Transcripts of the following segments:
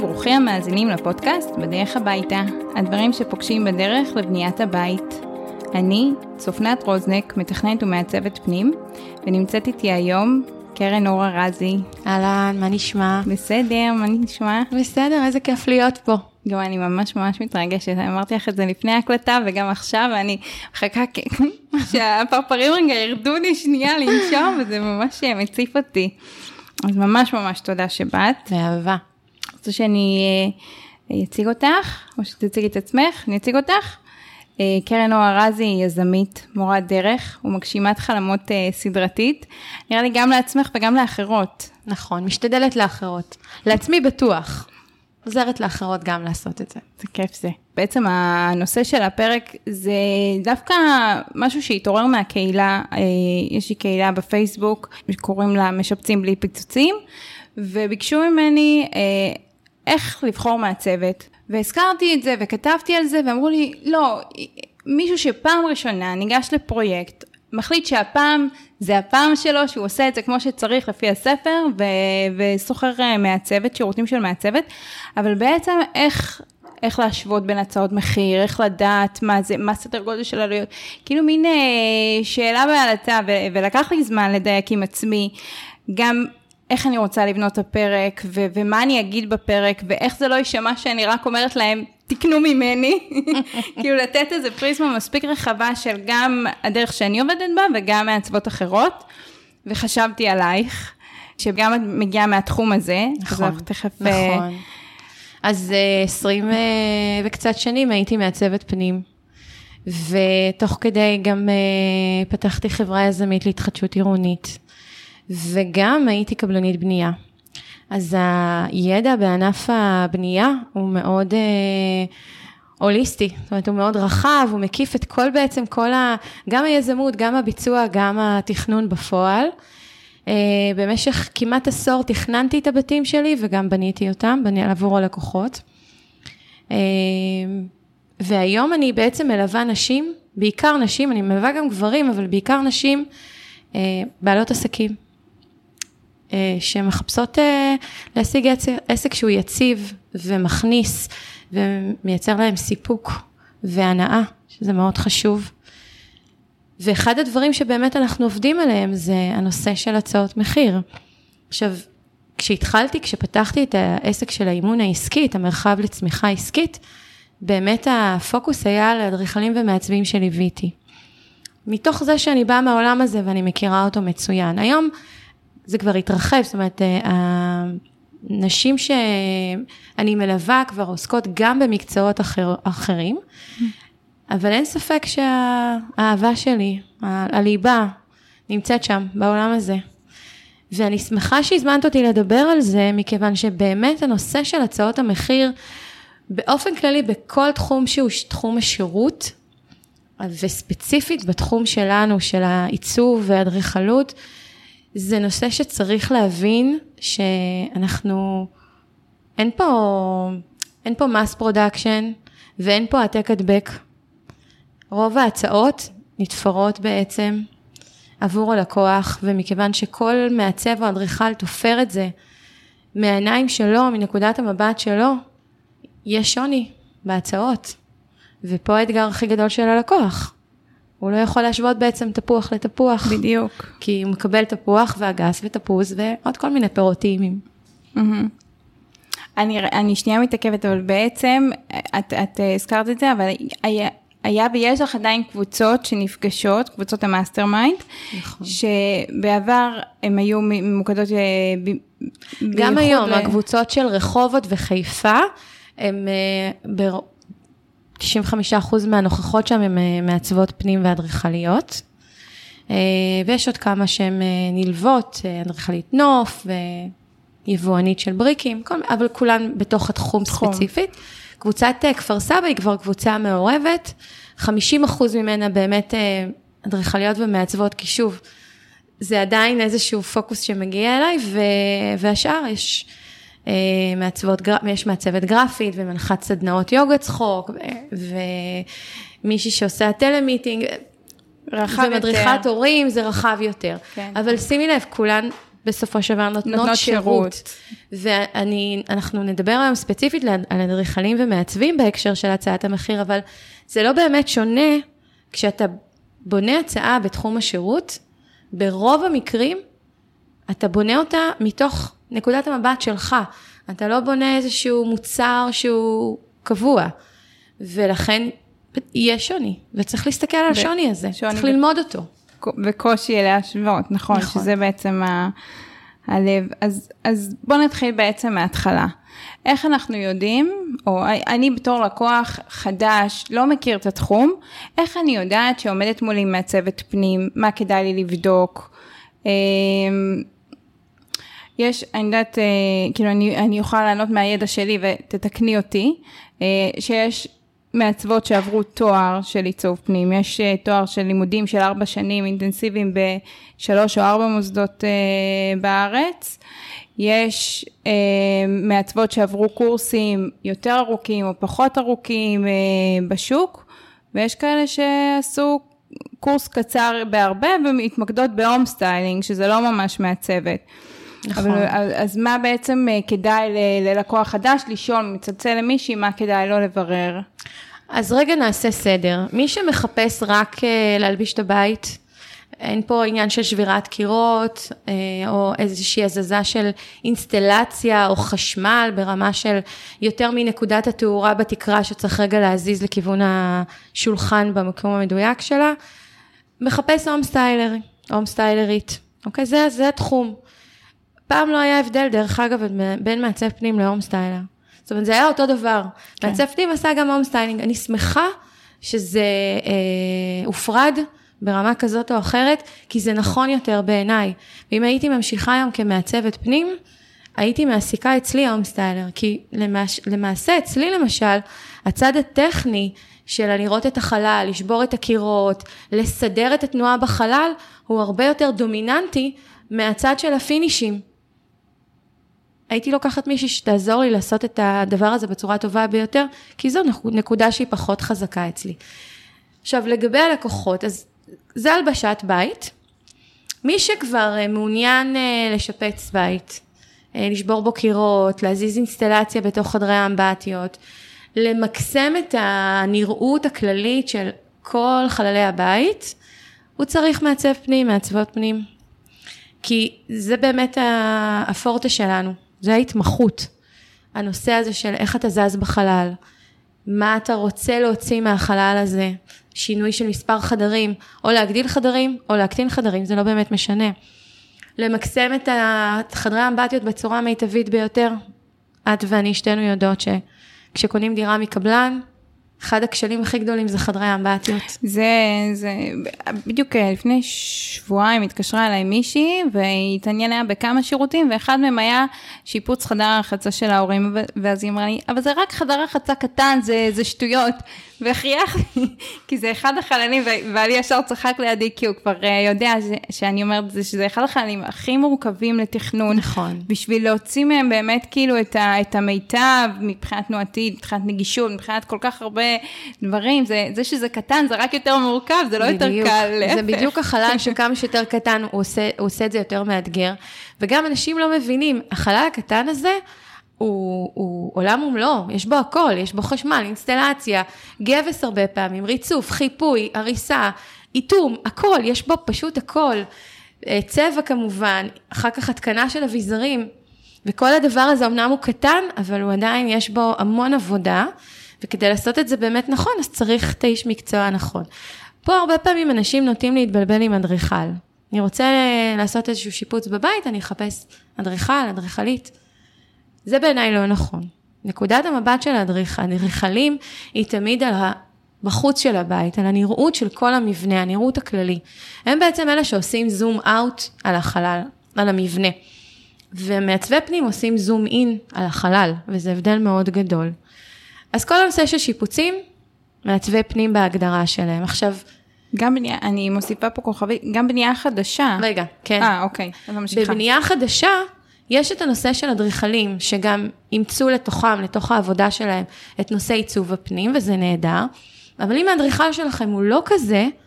וברוכים המאזינים לפודקאסט בדרך הביתה, הדברים שפוגשים בדרך לבניית הבית. אני, צופנת רוזנק, מתכננת ומעצבת פנים, ונמצאת איתי היום קרן אור ארזי. אהלן, מה נשמע? בסדר, מה נשמע? בסדר, איזה כיף להיות פה. גם אני ממש מתרגשת, אמרתי לך את זה לפני ההקלטה וגם עכשיו, ואני מחכה שהפרפרים רגע ירדו לי שנייה לנשום, וזה ממש מציף אותי. אז ממש תודה שבאת. באהבה. רוצה שאני אציג אותך, או שתציגי את עצמך, אני אציג אותך. קרן אור ארזי היא יזמית, מורת דרך, ומגשימת חלומות סדרתית. נראה לי גם לעצמך וגם לאחרות. נכון, משתדלת לאחרות. לעצמי בטוח. עוזרת לאחרות גם לעשות את זה. זה כיף זה. בעצם הנושא של הפרק זה דווקא משהו שהתעורר מהקהילה. יש לי קהילה בפייסבוק, שקוראים לה משפצים בלי פיצוצים, וביקשו ממני איך לבחור מעצבת. והזכרתי את זה וכתבתי על זה, ואמרו לי, לא, מישהו שפעם ראשונה ניגש לפרויקט, מחליט שהפעם זה הפעם שלו, שהוא עושה את זה כמו שצריך לפי הספר, וסוחר מעצבת, שירותים של מעצבת, אבל בעצם איך להשוות בין הצעות מחיר, איך לדעת מה סדר גודל של עלויות, כאילו מין שאלה בעלתה, ולקח לי זמן לדייק עם עצמי, גם איך אני רוצה לבנות את הפרק, ומה אני אגיד בפרק, ואיך זה לא יישמע שאני רק אומרת להם, תקנו ממני, כאילו לתת איזה פריזמה מספיק רחבה של גם הדרך שאני עובדת בה, וגם מעצבות אחרות, וחשבתי עלייך, שגם את מגיעה מהתחום הזה. נכון, נכון. אז 20 וקצת שנים הייתי מעצבת פנים, ותוך כדי גם פתחתי חברה יזמית להתחדשות עירונית, וגם הייתי קבלנית בנייה. אז הידע בענף הבנייה הוא מאוד הוליסטי, זאת אומרת הוא מאוד רחב, הוא מקיף את גם היזמות, גם הביצוע, גם התכנון בפועל. במשך כמעט עשור תכננתי את הבתים שלי וגם בניתי אותם, עבור הלקוחות. והיום אני בעצם מלווה נשים, בעיקר נשים, אני מלווה גם גברים, אבל בעיקר נשים בעלות עסקים. שמחפשות להשיג עסק שהוא יציב ומכניס ומייצר להם סיפוק והנאה, שזה מאוד חשוב. ואחד הדברים שבאמת אנחנו עובדים עליהם זה הנושא של הצעות מחיר. עכשיו, כשפתחתי את העסק של האימון העסקי, את המרחב לצמיחה עסקית, באמת הפוקוס היה על האדריכלים ומעצבים שליוויתי. מתוך זה שאני באה מהעולם הזה ואני מכירה אותו מצוין. היום זה כבר התרחב, זאת אומרת, הנשים שאני מלווה כבר עוסקות גם במקצועות אחרים, אבל אין ספק שהאהבה שלי, הליבה, נמצאת שם, בעולם הזה. ואני שמחה שהזמנת אותי לדבר על זה, מכיוון שבאמת הנושא של הצעות המחיר, באופן כללי, בכל תחום שהוא תחום השירות, וספציפית בתחום שלנו, של העיצוב והאדריכלות, זה נושא שצריך להבין שאנחנו, אין פה mass production, ואין פה העתק הדבק. רוב ההצעות נתפרות בעצם עבור הלקוח, ומכיוון שכל מעצב או אדריכל תופר את זה מהעיניים שלו, מנקודת המבט שלו, יש שוני בהצעות. ופה האתגר הכי גדול של הלקוח. הוא לא יכול להשוות בעצם תפוח לתפוח. בדיוק. כי הוא מקבל תפוח ואגס ותפוז ועוד כל מיני פירוטים. אני שנייה מתעכבת, אבל בעצם, את הזכרת את זה, אבל היה ויש לך עדיין קבוצות שנפגשות, קבוצות המאסטר מיינד, נכון. שבעבר הם היו ממוקדות גם היום, הקבוצות של רחובות וחיפה, הם 95% מהנוכחות שם הם מעצבות פנים ואדריכליות, ויש עוד כמה שהן נלוות, אדריכלית נוף ויבואנית של בריקים, אבל כולן בתוך התחום ספציפית. קבוצת כפר סבא היא כבר קבוצה מעורבת, 50% ממנה באמת אדריכליות ומעצבות, כי שוב, זה עדיין איזשהו פוקוס שמגיע אליי, והשאר יש יש מעצבת גרפית, ומנחת סדנאות יוגה צחוק, ומישהי שעושה טלמיטינג, ומדריכת הורים, זה רחב יותר. כן. אבל שימי לב, כולן בסופו של דבר נותנות שירות. ואנחנו נדבר היום ספציפית על אדריכלים ומעצבים בהקשר של הצעת המחיר, אבל זה לא באמת שונה כשאתה בונה הצעה בתחום השירות, ברוב המקרים אתה בונה אותה מתוך נקודת המבט שלך. אתה לא בונה איזשהו מוצר שהוא קבוע, ולכן יש שוני, וצריך להסתכל על השוני הזה, צריך ללמוד אותו. וקושי להשוות, נכון, שזה בעצם הלב. אז בוא נתחיל בעצם מההתחלה. איך אנחנו יודעים, או אני בתור לקוח חדש, לא מכיר את התחום, איך אני יודעת שעומדת מולי מעצבת פנים, מה כדאי לי לבדוק, אני יודעת, כאילו אני אוכל לענות מהידע שלי ותתקני אותי, שיש מעצבות שעברו תואר של עיצוב פנים, יש תואר של לימודים של 4 שנים אינטנסיביים ב3 או 4 מוסדות בארץ, יש מעצבות שעברו קורסים יותר ארוכים או פחות ארוכים בשוק, ויש כאלה שעשו קורס קצר בהרבה ומתמקדות בהום סטיילינג, שזה לא ממש מעצבת. נכון. אז מה בעצם כדאי ללקוח חדש לשאול, מצלצל למישהי, מה כדאי לו לברר? אז רגע נעשה סדר. מי שמחפש רק להלביש את הבית, אין פה עניין של שבירת קירות, או איזושהי הזזה של אינסטלציה או חשמל, ברמה של יותר מנקודת התאורה בתקרה, שצריך רגע להזיז לכיוון השולחן במקום המדויק שלה, מחפש הום סטיילרית. אוקיי, זה התחום. פעם לא היה הבדל, דרך אגב, בין מעצב פנים להום סטיילר. זאת אומרת, זה היה אותו דבר. כן. מעצב פנים עשה גם הום סטיילינג. אני שמחה שזה הופרד ברמה כזאת או אחרת, כי זה נכון יותר בעיניי. ואם הייתי ממשיכה היום כמעצבת פנים, הייתי מעסיקה אצלי הום סטיילר, כי למעשה אצלי למשל, הצד הטכני של לראות את החלל, לשבור את הקירות, לסדר את התנועה בחלל, הוא הרבה יותר דומיננטי מהצד של הפינישים. הייתי לוקחת מישהי שתעזור לי לעשות את הדבר הזה בצורה טובה ביותר, כי זו נקודה שהיא פחות חזקה אצלי. עכשיו, לגבי הלקוחות, אז זה הלבשת בית. מי שכבר מעוניין לשפץ בית, לשבור בו קירות, להזיז אינסטלציה בתוך חדרי האמבטיות, למקסם את הנראות הכללית של כל חללי הבית, הוא צריך מעצב פנים, מעצבות פנים. כי זה באמת הפורטה שלנו, זה ההתמחות. הנושא הזה של איך אתה זז בחלל, מה אתה רוצה להוציא מהחלל הזה, שינוי של מספר חדרים, או להגדיל חדרים, או להקטין חדרים, זה לא באמת משנה. למקסם את חדרי האמבטיות בצורה מיטבית ביותר. את ואני שתינו יודעות שכשקונים דירה מקבלן, אחד הכשלים הכי גדולים זה חדרי האמבטיות. זה בדיוק לפני שבועיים התקשרה אליי מישהי, והיא התעניינה בכמה שירותים, ואחד מהם היה שיפוץ חדר הרחצה של ההורים, ואז היא אמרה לי, אבל זה רק חדר הרחצה קטן, זה שטויות, והכריח, כי זה אחד החללים, ואלי ישר צחק לידי, כי הוא כבר יודע שאני אומרת שזה אחד החללים הכי מורכבים לתכנון, נכון. בשביל להוציא מהם באמת כאילו את המיטב, מבחינת תנועתית, מבחינת נגישות, מבחינת כל כך הרבה דברים, זה שזה קטן, זה רק יותר מורכב, זה לא יותר קל. זה בדיוק החלל שכמה שיותר קטן, הוא עושה את זה יותר מאתגר, וגם אנשים לא מבינים, החלל הקטן הזה, הוא עולם ומלוא, יש בו הכל, יש בו חשמל, אינסטלציה, גבס הרבה פעמים, ריצוף, חיפוי, הריסה, איתום, הכל, יש בו פשוט הכל, צבע כמובן, אחר כך התקנה של אביזרים, וכל הדבר הזה אמנם הוא קטן, אבל הוא עדיין יש בו המון עבודה, וכדי לעשות את זה באמת נכון, אז צריך את האיש מקצוע נכון. פה הרבה פעמים אנשים נוטים להתבלבל עם אדריכל. אני רוצה לעשות איזשהו שיפוץ בבית, אני אחפש אדריכל, אדריכלית. זה בעיניי לא נכון. נקודת המבט של האדריכלים היא תמיד על בחוץ של הבית, על הנראות של כל המבנה, הנראות הכללי. הם בעצם אלה שעושים זום אאוט על החלל, על המבנה. ומעצבי פנים עושים זום אין על החלל, וזה הבדל מאוד גדול. אז כל הנושא של שיפוצים, מעצבי פנים בהגדרה שלהם. עכשיו, גם בנייה, אני מוסיפה פה כוכבי, גם בנייה חדשה. רגע, כן. אוקיי. בבנייה חדשה, יש את הנושא של אדריכלים, שגם אימצו לתוך העבודה שלהם, את נושא עיצוב הפנים, וזה נהדר. אבל אם האדריכל שלכם הוא לא כזה,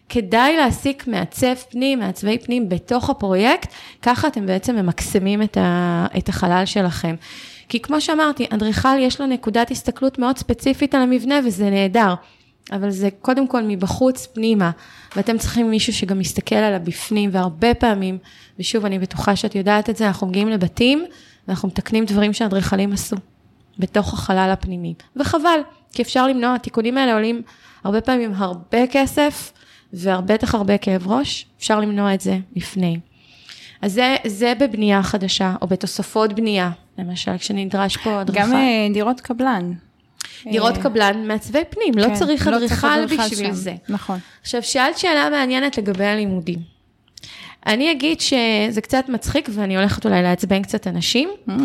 כדאי להעסיק מעצב פנים, מעצבי פנים בתוך הפרויקט, ככה אתם בעצם ממקסמים את החלל שלכם. כי כמו שאמרתי, אדריכל יש לו נקודת הסתכלות מאוד ספציפית על המבנה, וזה נהדר. אבל זה קודם כל מבחוץ פנימה, ואתם צריכים מישהו שגם מסתכל על הבפנים, והרבה פעמים, ושוב אני בטוחה שאת יודעת את זה, אנחנו מגיעים לבתים, ואנחנו מתקנים דברים שהאדריכלים עשו, בתוך החלל הפנימי. וחבל, כי אפשר למנוע, התיקונים האלה עולים הרבה פעמים הרבה כסף, ובטח הרבה כאב ראש, אפשר למנוע את זה לפני. אז זה בבנייה חדשה, או בתוספות בנייה, למשל, כשנדרש פה אדריכל. גם דירות קבלן. דירות קבלן מעצבי פנים, לא צריך אדריכל בשביל זה. נכון. עכשיו, שאלת שאלה מעניינת לגבי הלימודים. אני אגיד שזה קצת מצחיק, ואני הולכת אולי לעצבן קצת אנשים.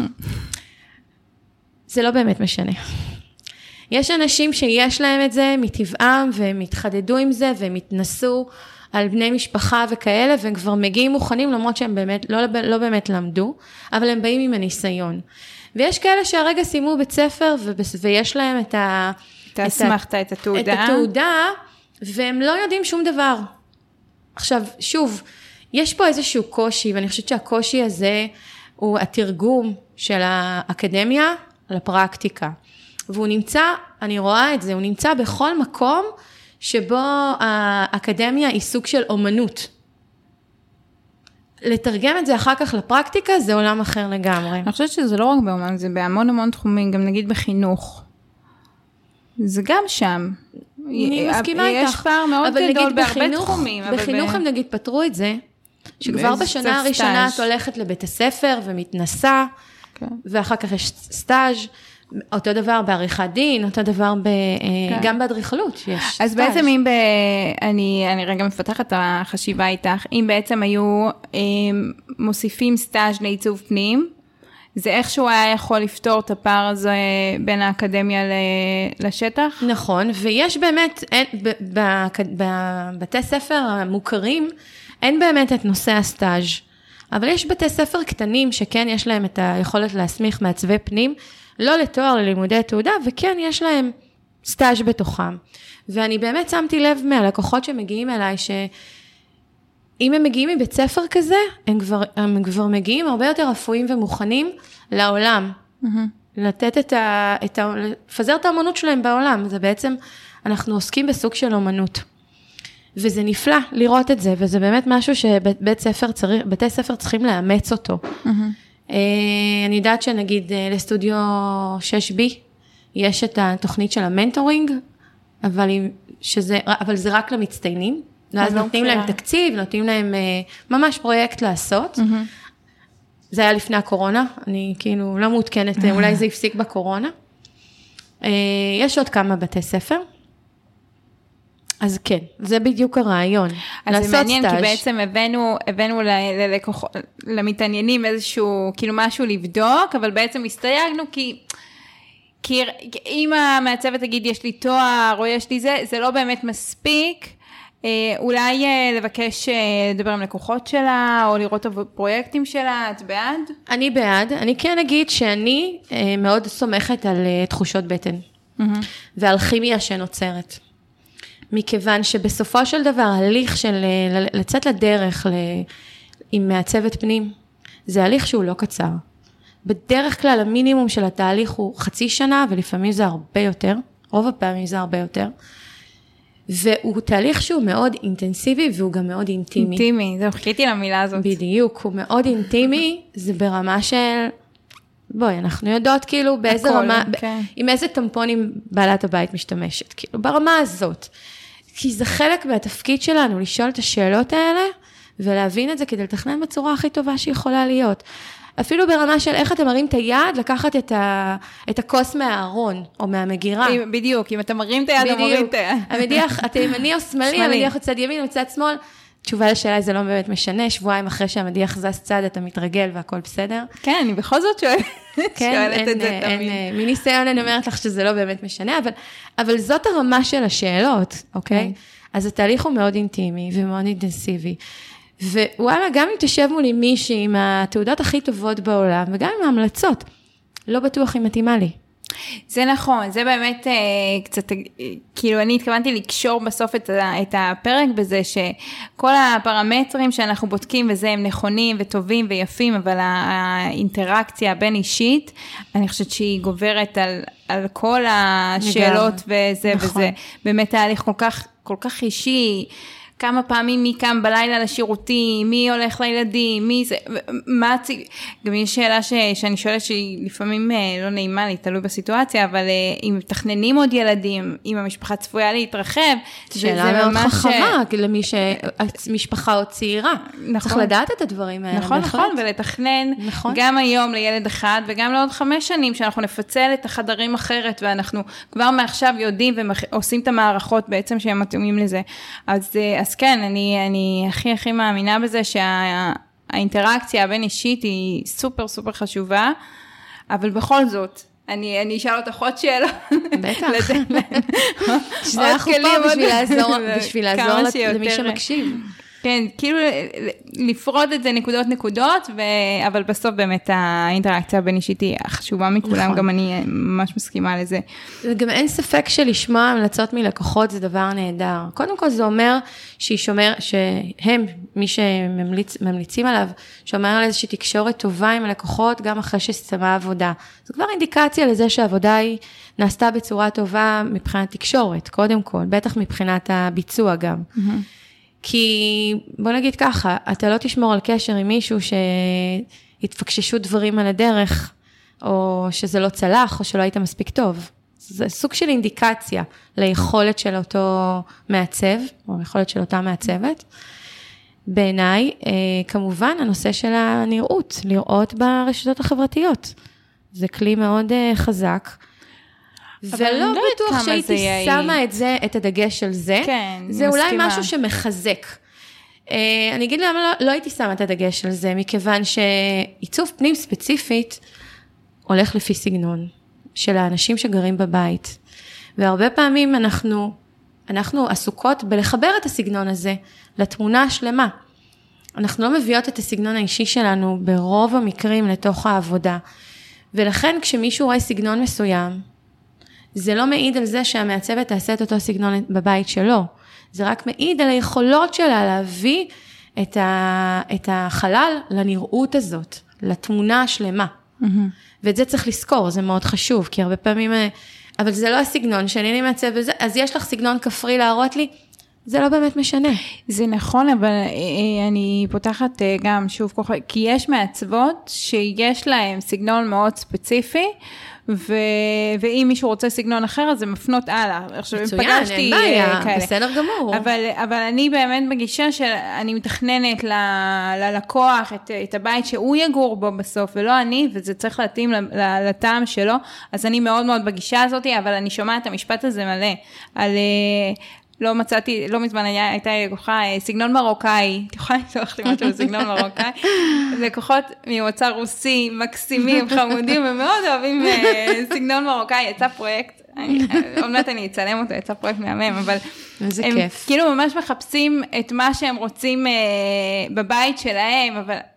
זה לא באמת משנה. יש אנשים שיש להם את זה מטבעם, והם התחדדו עם זה, והם התנסו על בני משפחה וכאלה, והם כבר מגיעים מוכנים, למרות שהם באמת, לא באמת למדו, אבל הם באים עם הניסיון. ויש כאלה שהרגע סיימו בית ספר, ויש להם את התעודה, והם לא יודעים שום דבר. עכשיו, שוב, יש פה איזשהו קושי, ואני חושבת שהקושי הזה, הוא התרגום של האקדמיה לפרקטיקה. והוא נמצא, אני רואה את זה, הוא נמצא בכל מקום, שבו האקדמיה היא סוג של אומנות. לתרגם את זה אחר כך לפרקטיקה, זה עולם אחר לגמרי. אני חושבת שזה לא רק באומן, זה בהמון המון תחומים, גם נגיד בחינוך. זה גם שם. אני מסכימה איתך. יש פער מאוד גדול בהרבה תחומים. בחינוך הם נגיד פתרו את זה, שכבר בשנה הראשונה את הולכת לבית הספר ומתנסה, ואחר כך יש סטאז', אותו דבר בעריכת דין, אותו דבר גם באדריכלות שיש סטאז'. אז בעצם אם אני רגע מפתחת את החשיבה איתך, אם בעצם היו מוסיפים סטאז' לעיצוב פנים, זה איכשהו היה יכול לפתור את הפער הזה בין האקדמיה לשטח? נכון, ויש באמת, בבתי ספר המוכרים, אין באמת את נושא הסטאז', אבל יש בתי ספר קטנים שכן יש להם את היכולת להסמיך מעצבי פנים, לא לתואר ללימודי תעודה, וכן יש להם סטאז' בתוכם. ואני באמת שמתי לב מהלקוחות שמגיעים אליי, שאם הם מגיעים מבית ספר כזה, הם כבר מגיעים הרבה יותר אפויים ומוכנים לעולם. לתת לפזר את האמנות שלהם בעולם. זה בעצם, אנחנו עוסקים בסוג של אומנות. וזה נפלא לראות את זה, וזה באמת משהו שבתי ספר צריכים לאמץ אותו. אני יודעת שנגיד לסטודיו 6B, יש את התוכנית של המנטורינג, אבל זה רק למצטיינים, ואז נותנים להם תקציב, נותנים להם ממש פרויקט לעשות. זה היה לפני הקורונה, אני כאילו לא מעודכנת, אולי זה הפסיק בקורונה. יש עוד כמה בתי ספר. אז כן, זה בדיוק הרעיון. אז זה מעניין, כי בעצם הבאנו למתעניינים איזשהו, כאילו משהו לבדוק, אבל בעצם הסתייגנו, כי אם המעצבת תגיד, יש לי תואר, או יש לי זה לא באמת מספיק, אולי לבקש לדבר עם לקוחות שלה, או לראות פרויקטים שלה, את בעד? אני בעד, אני כן אגיד שאני מאוד סומכת על תחושות בטן, ועל כימיה שנוצרת. מכיוון שבסופו של דבר, הליך של לצאת לדרך עם מעצבת פנים, זה הליך שהוא לא קצר. בדרך כלל המינימום של התהליך הוא 0.5 שנה, ולפעמים זה הרבה יותר, רוב הפעמים זה הרבה יותר, והוא תהליך שהוא מאוד אינטנסיבי, והוא גם מאוד אינטימי. אינטימי, זהו, חיכיתי למילה הזאת. בדיוק, הוא מאוד אינטימי, זה ברמה של, בואי, אנחנו יודעות כאילו באיזה רמה, עם איזה טמפונים בעלת הבית משתמשת, כאילו ברמה הזאת. כי זה חלק מהתפקיד שלנו, לשאול את השאלות האלה, ולהבין את זה כדי לתכנן בצורה הכי טובה שיכולה להיות. אפילו ברמה של איך אתה מרים את היד, לקחת את הכוס מהארון, או מהמגירה. בדיוק, אם אתה מרים את היד, או מרים את היד. המדיח, אתה ימני או שמאלי, המדיח צד ימין או צד שמאל. תשובה לשאלה, זה לא באמת משנה, שבועיים אחרי שהמדיח זז צד, אתה מתרגל והכל בסדר. כן, אני בכל זאת שואלת את זה תמיד. מניסיון אני אומרת לך שזה לא באמת משנה, אבל זאת הרמה של השאלות, אוקיי? אז התהליך הוא מאוד אינטימי ומאוד אינטנסיבי. ווואלה, גם אם תשב מולי מישהי עם התעודות הכי טובות בעולם, וגם עם ההמלצות, לא בטוח אם מתאימה לי. זה נכון, זה באמת קצת, כאילו אני התכוונתי לקשור בסוף את הפרק בזה שכל הפרמטרים שאנחנו בודקים וזה הם נכונים וטובים ויפים, אבל האינטראקציה הבין אישית, אני חושבת שהיא גוברת על כל השאלות וזה, נכון. וזה באמת תהליך כל כך אישי, כמה פעמים מי קם בלילה לשירותים, מי הולך לילדים, מי זה, גם יש שאלה שאני שואלת שהיא לפעמים לא נעימה לי, תלוי בסיטואציה, אבל אם מתכננים עוד ילדים, אם המשפחה צפויה להתרחב, שאלה מאוד חכמה, למי שמשפחה או צעירה, נכון. צריך לדעת את הדברים האלה. נכון, נכון, ולתכנן נכון. גם היום לילד אחד, וגם לעוד 5 שנים, שאנחנו נפצל את החדרים אחרת, ואנחנו כבר מעכשיו יודעים ועושים את המערכות בעצם שהם מתאימים לזה. אז כן, אני הכי מאמינה בזה שהאינטראקציה הבין אישית היא סופר סופר חשובה, אבל בכל זאת, אני אשאל אותך עוד שאלות. בטח. אנחנו פה בשביל לעזור למי שמקשיב. כן, כאילו לפרוד את זה נקודות, אבל בסוף באמת האינטראקציה הבין אישית היא חשובה מכולם, גם אני ממש מסכימה לזה. גם אין ספק שלשמוע המלצות מלקוחות זה דבר נהדר. קודם כל זה אומר שהם, מי שממליצים עליו, שאומר על איזושהי תקשורת טובה עם הלקוחות, גם אחרי שסיימה עבודה. זו כבר אינדיקציה לזה שהעבודה היא נעשתה בצורה טובה מבחינת תקשורת, קודם כל, בטח מבחינת הביצוע גם. כי בוא נגיד ככה, אתה לא תשמור על קשר עם מישהו שהתפקששו דברים על הדרך, או שזה לא צלח, או שלא היית מספיק טוב. זה סוג של אינדיקציה ליכולת של אותו מעצב, או יכולת של אותה מעצבת. בעיניי, כמובן, הנושא של הנראות, לראות ברשתות החברתיות. זה כלי מאוד חזק. ולא בטוח שהייתי שמה את הדגש של זה, זה אולי משהו שמחזק. אני אגיד למה לא הייתי שמה את הדגש של זה, מכיוון שעיצוב פנים ספציפית, הולך לפי סגנון של האנשים שגרים בבית, והרבה פעמים אנחנו עסוקות בלחבר את הסגנון הזה לתמונה השלמה. אנחנו לא מביאות את הסגנון האישי שלנו ברוב המקרים לתוך העבודה, ולכן כשמישהו רואה סגנון מסוים, זה לא מעיד על זה שהמעצבת תעשה את אותו סגנון בבית שלו. זה רק מעיד על היכולות שלה להביא את החלל לנראות הזאת, לתמונה השלמה. ואת זה צריך לזכור, זה מאוד חשוב, כי הרבה פעמים, אבל זה לא הסגנון שאני מעצב בזה, אז יש לך סגנון כפרי להראות לי, זה לא באמת משנה. זה נכון, אבל אני פותחת גם שוב ככה, כי יש מעצבות שיש להם סגנון מאוד ספציפי, ואם מישהו רוצה סגנון אחר, אז זה מפנות הלאה. מצוין, אין בעיה, בסדר גמור. אבל אני באמת בגישה שאני מתכננת ללקוח את הבית שהוא יגור בו בסוף, ולא אני, וזה צריך להתאים לטעם שלו, אז אני מאוד מאוד בגישה הזאת, אבל אני שומעת את המשפט הזה מלא, על לא מזמן הייתה לי לקוחה, סגנון מרוקאי, את יכולה לשלוח לי משהו בסגנון מרוקאי, לקוחות ממוצא רוסי, מקסימים, חמודים, ומאוד אוהבים סגנון מרוקאי, יצא פרויקט, אומרת אני אצלם אותו, יצא פרויקט מהמם, אבל הם כאילו ממש מחפשים את מה שהם רוצים בבית שלהם,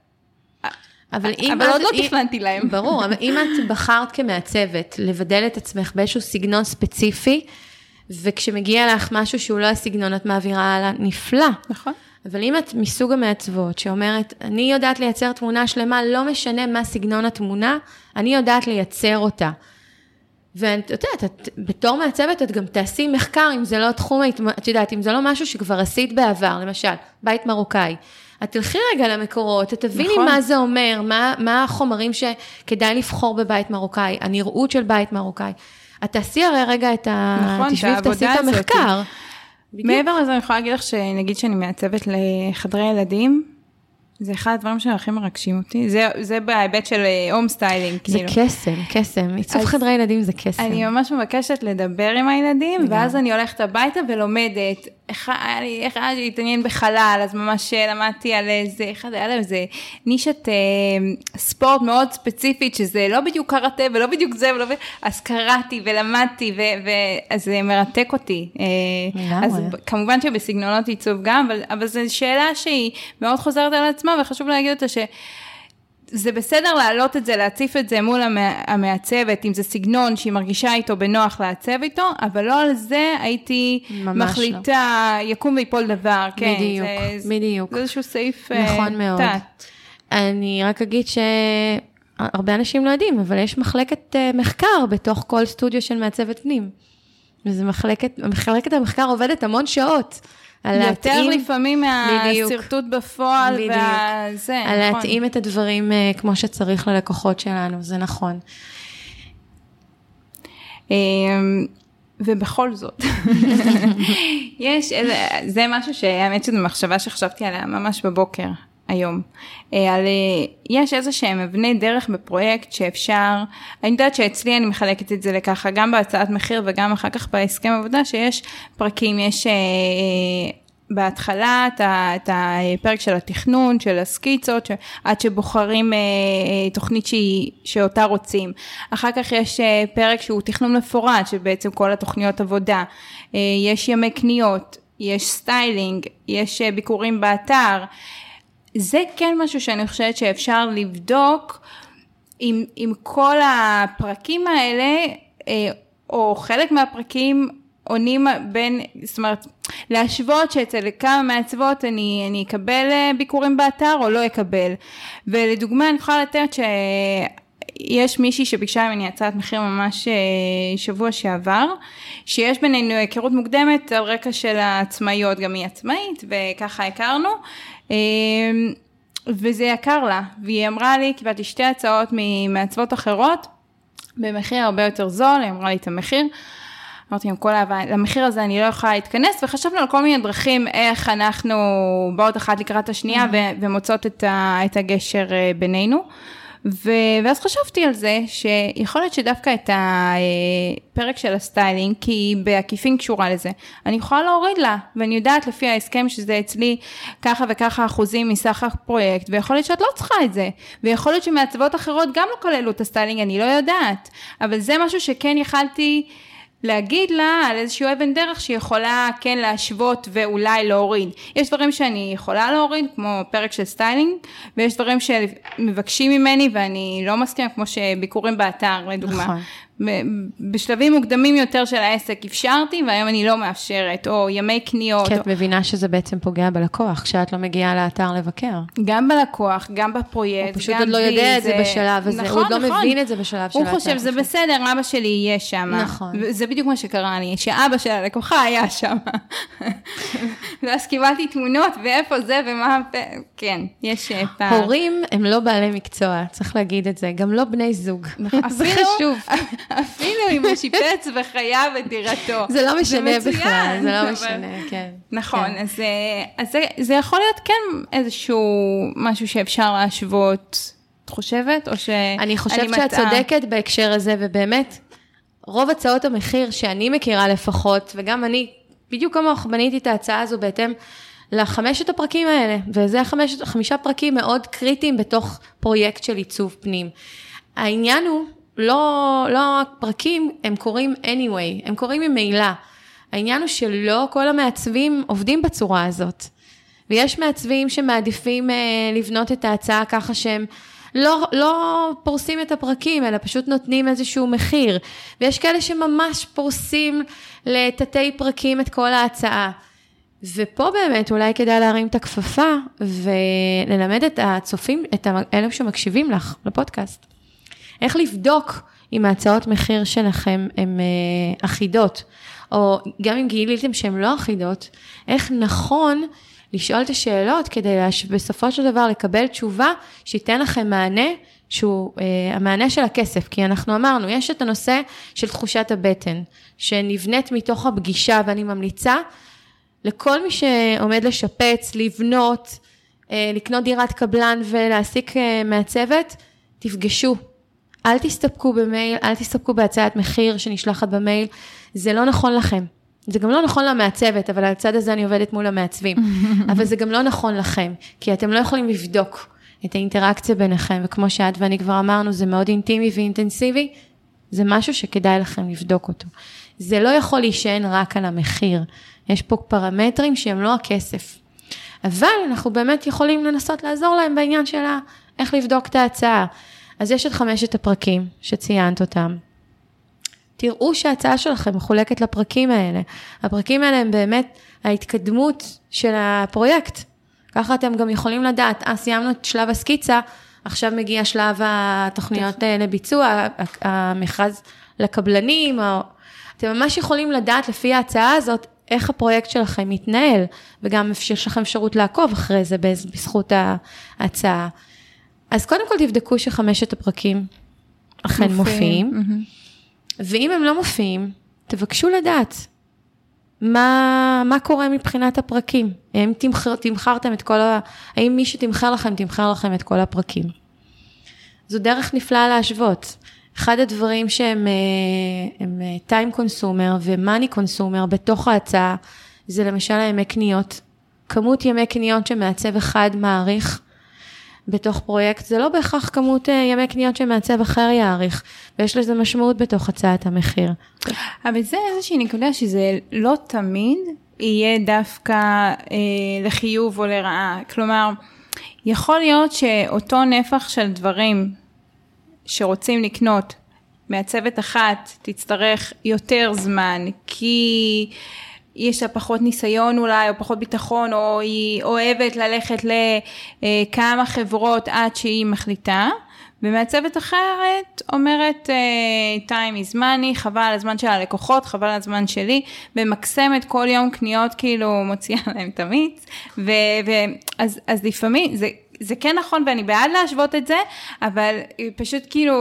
אבל עוד לא תכננתי להם. ברור, אבל אם את בחרת כמעצבת, לבדל את עצמך באיזשהו סגנון ספציפי, וכשמגיע לך משהו שהוא לא הסגנון, את מעבירה הלאה, נפלא. נכון. אבל אם את מסוג המעצבות, שאומרת, אני יודעת לייצר תמונה שלמה, לא משנה מה סגנון התמונה, אני יודעת לייצר אותה. ואת יודעת, בתור מעצבת, את גם תעשי מחקר, אם זה לא תחום, את יודעת, אם זה לא משהו שכבר עשית בעבר, למשל, בית מרוקאי, את תלכי רגע למקורות, את תביני נכון. מה זה אומר, מה החומרים שכדאי לבחור בבית מרוקאי, הנראות של בית מרוקאי. את תעשי הרי רגע את תשבי ותעשי את המחקר. מעבר לזה אני יכולה להגיד לך שנגיד שאני מעצבת לחדרי ילדים, זה אחד הדברים שהכי מרגשים אותי, זה בהיבט של הום סטיילינג. זה קסם, עיצוב חדרי ילדים זה קסם. אני ממש מבקשת לדבר עם הילדים, ואז אני הולכת הביתה ולומדת, איך היה לי להתעניין בחלל, אז ממש למדתי על איזה נישת ספורט מאוד ספציפית, שזה לא בדיוק קראטה ולא בדיוק זה, אז קראתי ולמדתי, אז זה מרתק אותי. אז כמובן שבסגנונות עיצוב גם, אבל זו שאלה שהיא מאוד חוזרת על עצמה, וחשוב להגיד אותה זה בסדר להעלות את זה, להציף את זה מול המעצבת, אם זה סגנון שהיא מרגישה איתו בנוח לעצב איתו, אבל לא על זה הייתי מחליטה, יקום ויפול דבר. בדיוק, בדיוק. זה איזשהו סעיף נכון מאוד. אני רק אגיד שהרבה אנשים לא יודעים, אבל יש מחלקת מחקר בתוך כל סטודיו של מעצבת פנים. וזה מחלקת המחקר עובדת המון שעות. יותר לפעמים מהסרטוט בפועל והזה. על להתאים את הדברים כמו שצריך ללקוחות שלנו, זה נכון. ובכל זאת, זה משהו שהאמת שזו מחשבה שחשבתי עליה ממש בבוקר היום. יש איזה שהם אבני דרך בפרויקט שאפשר, אני יודעת שאצלי אני מחלקת את זה לככה, גם בהצעת מחיר וגם אחר כך בהסכם עבודה, שיש פרקים, יש בהתחלה את הפרק של התכנון, של הסקיצות, עד שבוחרים תוכנית שאותה רוצים. אחר כך יש פרק שהוא תכנון מפורט, שבעצם כל התוכניות עבודה. יש ימי קניות, יש סטיילינג, יש ביקורים באתר. זה כן משהו שאני חושבת שאפשר לבדוק עם כל הפרקים האלה, או חלק מהפרקים עונים בין, זאת אומרת, להשוות שאצל כמה מעצבות אני אקבל ביקורים באתר או לא אקבל. ולדוגמה אני יכולה לתת שיש מישהי שביקשה ממני הצעת מחיר ממש שבוע שעבר, שיש בינינו היכרות מוקדמת על רקע של העצמאיות, גם היא עצמאית וככה הכרנו, וזה יקר לה, והיא אמרה לי, קיבלתי 2 הצעות ממעצבות אחרות, במחיר הרבה יותר זול, היא אמרה לי את המחיר, אמרתי, עם כל אהבה, למחיר הזה אני לא יכולה להתכנס, וחשבנו על כל מיני דרכים, איך אנחנו באות אחת לקראת השנייה, ומוצאות את הגשר בינינו, ואז חשבתי על זה, שיכול להיות שדווקא את הפרק של הסטיילינג, כי היא בעקיפין קשורה לזה, אני יכולה להוריד לה, ואני יודעת לפי ההסכם שזה אצלי ככה וככה אחוזים מסך הפרויקט, ויכול להיות שאת לא צריכה את זה, ויכול להיות שמעצבות אחרות גם לא כללו את הסטיילינג, אני לא יודעת, אבל זה משהו שכן יכלתי להגיד לה על איזשהו אבן דרך שיכולה כן להשוות ואולי להוריד. יש דברים שאני יכולה להוריד, כמו פרק של סטיילינג, ויש דברים שמבקשים ממני ואני לא מסכימה, כמו שביקורים באתר, לדוגמה. נכון. בשלבים מוקדמים יותר של העסק אפשרתי, והיום אני לא מאפשרת, או ימי קניות. כי את מבינה שזה בעצם פוגע בלקוח, כשאת לא מגיעה לאתר לבקר. גם בלקוח, גם בפרויקט, הוא פשוט עוד לא יודע את זה בשלב הזה, הוא עוד לא מבין את זה בשלב של האתר. הוא חושב, זה בסדר, אבא שלי יהיה שם. נכון. זה בדיוק מה שקרה לי, שאבא של הלקוחה היה שם. ואז קיבלתי תמונות, ואיפה זה, ומה, כן, יש פעם. הורים הם לא בעלי מקצוע, צריך להגיד את זה, גם לא בני זוג. זה חשוב. אפילו אם הוא שיפץ וחייב את דירתו. זה לא משנה בכלל, זה לא משנה, כן. נכון, אז זה יכול להיות כן איזשהו משהו שאפשר להשוות, את חושבת? או שאני מטעה? אני חושבת שאת צודקת בהקשר הזה, ובאמת, רוב הצעות המחיר שאני מכירה לפחות, וגם אני, בדיוק כמוך, בניתי את ההצעה הזו בהתאם ל5 הפרקים האלה, וזה 5 פרקים מאוד קריטיים בתוך פרויקט של עיצוב פנים. העניין הוא, לא הפרקים, הם קוראים anyway, הם קוראים ממילא. העניין הוא שלא כל המעצבים עובדים בצורה הזאת. ויש מעצבים שמעדיפים לבנות את ההצעה ככה שהם לא פורסים את הפרקים, אלא פשוט נותנים איזשהו מחיר. ויש כאלה שממש פורסים לתתי פרקים את כל ההצעה. ופה באמת אולי כדאי להרים את הכפפה וללמד את הצופים, את אלה שמקשיבים לך לפודקאסט. איך לבדוק אם ההצעות מחיר שלכם הן אחידות, או גם אם גיליתם שהן לא אחידות, איך נכון לשאול את השאלות כדי בסופו של דבר לקבל תשובה שייתן לכם מענה, שהוא המענה של הכסף, כי אנחנו אמרנו, יש את הנושא של תחושת הבטן, שנבנית מתוך הפגישה, ואני ממליצה לכל מי שעומד לשפץ, לבנות, לקנות דירת קבלן ולהעסיק מעצבת, תפגשו. אל תסתפקו במייל, אל תסתפקו בהצעת מחיר שנשלחת במייל, זה לא נכון לכם. זה גם לא נכון למעצבת, אבל על הצד הזה אני עובדת מול המעצבים. אבל זה גם לא נכון לכם, כי אתם לא יכולים לבדוק את האינטראקציה ביניכם, וכמו שאת ואני כבר אמרנו, זה מאוד אינטימי ואינטנסיבי, זה משהו שכדאי לכם לבדוק אותו. זה לא יכול להישען רק על המחיר. יש פה פרמטרים שהם לא הכסף. אבל אנחנו באמת יכולים לנסות לעזור להם בעניין של איך לבדוק את ההצעה. אז יש את 5 הפרקים שציינת אותם. תראו שההצעה שלכם מחולקת לפרקים האלה. הפרקים האלה הם באמת ההתקדמות של הפרויקט. ככה אתם גם יכולים לדעת, סיימנו את שלב הסקיצה, עכשיו מגיע שלב התוכניות לביצוע, המכרז לקבלנים, אתם ממש יכולים לדעת לפי ההצעה הזאת, איך הפרויקט שלכם מתנהל, וגם יש לכם אפשרות לעקוב אחרי זה בזכות ההצעה. אז קודם כל תבדקו ש5 הפרקים אכן מופיעים, ואם הם לא מופיעים, תבקשו לדעת מה קורה מבחינת הפרקים. האם תמחרתם את כל האם מי שתמחר לכם את כל הפרקים. זו דרך נפלאה להשוות. אחד הדברים שהם time consumer ו-money consumer בתוך ההצעה, זה למשל ימי קניות. כמות ימי קניות שמעצב אחד מעריך בתוך פרויקט, זה לא בהכרח כמות ימי קניות שמעצב אחר יעריך, ויש לזה משמעות בתוך הצעת המחיר. אבל זה איזושהי נקודה שזה לא תמיד יהיה דווקא לחיוב או לרעה. כלומר, יכול להיות שאותו נפח של דברים שרוצים לקנות מעצבת אחת תצטרך יותר זמן, כי יש לה פחות ניסיון אולי, או פחות ביטחון, או היא אוהבת ללכת לכמה חברות עד שהיא מחליטה, ומעצבת אחרת אומרת, time is money, חבל על הזמן של הלקוחות, חבל על הזמן שלי, ומקסמת כל יום קניות, כאילו מוציאה להם תמיד, אז לפעמים, זה כן נכון, ואני בעד להשוות את זה, אבל פשוט כאילו,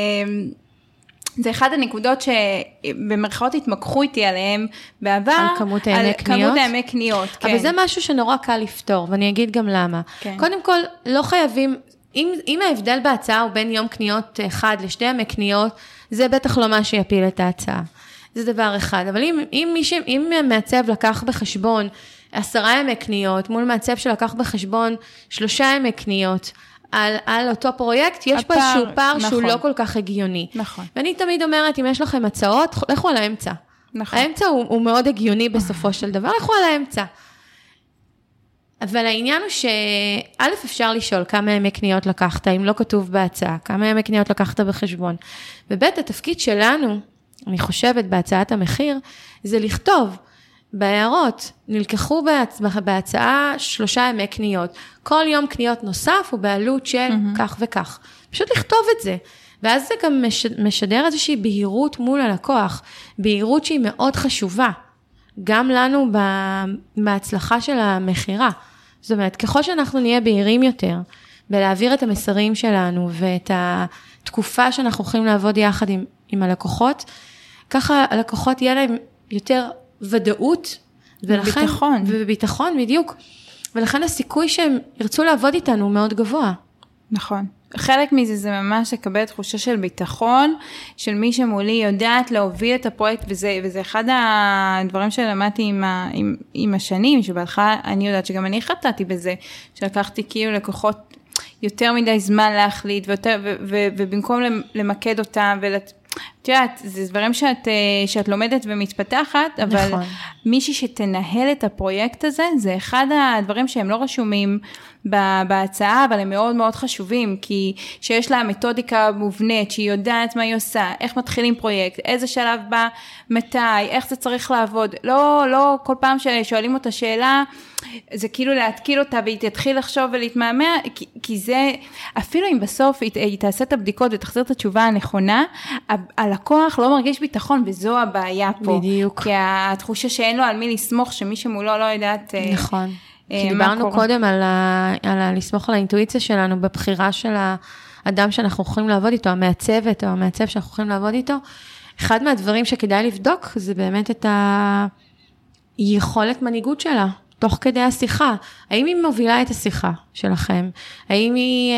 זה אחד הנקודות שבמרכאות התמקחו איתי עליהם בעבר. על כמות הימי קניות? כמות הימי קניות, כן. אבל זה משהו שנורא קל לפתור, ואני אגיד גם למה. כן. קודם כל, לא חייבים, אם ההבדל בהצעה הוא בין יום קניות אחד לשתי ימי קניות, זה בטח לא מה שיפיל את ההצעה. זה דבר אחד. אבל אם מעצב לקח בחשבון 10 ימי קניות, מול מעצב שלקח בחשבון 3 ימי קניות, על אותו פרויקט, יש פה איזשהו פער שהוא לא כל כך הגיוני. נכון. ואני תמיד אומרת, אם יש לכם הצעות, לכו על האמצע. נכון. האמצע הוא מאוד הגיוני בסופו של דבר, לכו על האמצע. אבל העניין הוא שא' אפשר לשאול כמה ימי קניות לקחת, אם לא כתוב בהצעה, כמה ימי קניות לקחת בחשבון. וב' התפקיד שלנו, אני חושבת בהצעת המחיר, זה לכתוב בהערות, נלקחו בהצעה 3 ימי קניות. כל יום קניות נוסף הוא בעלות של כך וכך. פשוט לכתוב את זה. ואז זה גם משדר איזושהי בהירות מול הלקוח. בהירות שהיא מאוד חשובה. גם לנו בהצלחה של המחירה. זאת אומרת, ככל שאנחנו נהיה בהירים יותר, בלהעביר את המסרים שלנו, ואת התקופה שאנחנו הולכים לעבוד יחד עם הלקוחות, ככה הלקוחות יהיה להם יותר ודאות, וביטחון. וביטחון, בדיוק. ולכן הסיכוי שהם ירצו לעבוד איתנו הוא מאוד גבוה. נכון. חלק מזה זה ממש לקבל תחושה של ביטחון, של מי שמולי יודעת להוביל את הפרויקט, וזה אחד הדברים שלמדתי עם השנים, שבהתחלה אני יודעת שגם אני חטאתי בזה, שלקחתי כאילו לקוחות יותר מדי זמן להחליט, ובמקום למקד אותם, את יודעת, זה דברים שאת לומדת ומתפתחת, אבל נכון. מישהי שתנהל את הפרויקט הזה, זה אחד הדברים שהם לא רשומים בהצעה, אבל הם מאוד מאוד חשובים, כי שיש לה מתודיקה מובנית, שהיא יודעת מה היא עושה, איך מתחילים פרויקט, איזה שלב בא, מתי, איך זה צריך לעבוד, לא כל פעם ששואלים אותה שאלה, זה כאילו להתקיל אותה, והיא תתחיל לחשוב ולהתמהמה, כי זה, אפילו אם בסוף היא תעשה את הבדיקות ותחזיר את התשובה הנכונה, הלקוח לא מרגיש ביטחון, וזו הבעיה פה. בדיוק. כי התחושה שאין לו על מי לסמוך, שמי שמולו לא יודעת נכון. כי דיברנו קודם על לסמוך על האינטואיציה שלנו, בבחירה של האדם שאנחנו יכולים לעבוד איתו, המעצבת או המעצב שאנחנו יכולים לעבוד איתו, אחד מהדברים שכדאי לבדוק, זה באמת את היכולת מנהיגות שלה, תוך כדי השיחה. האם היא מובילה את השיחה שלכם? האם היא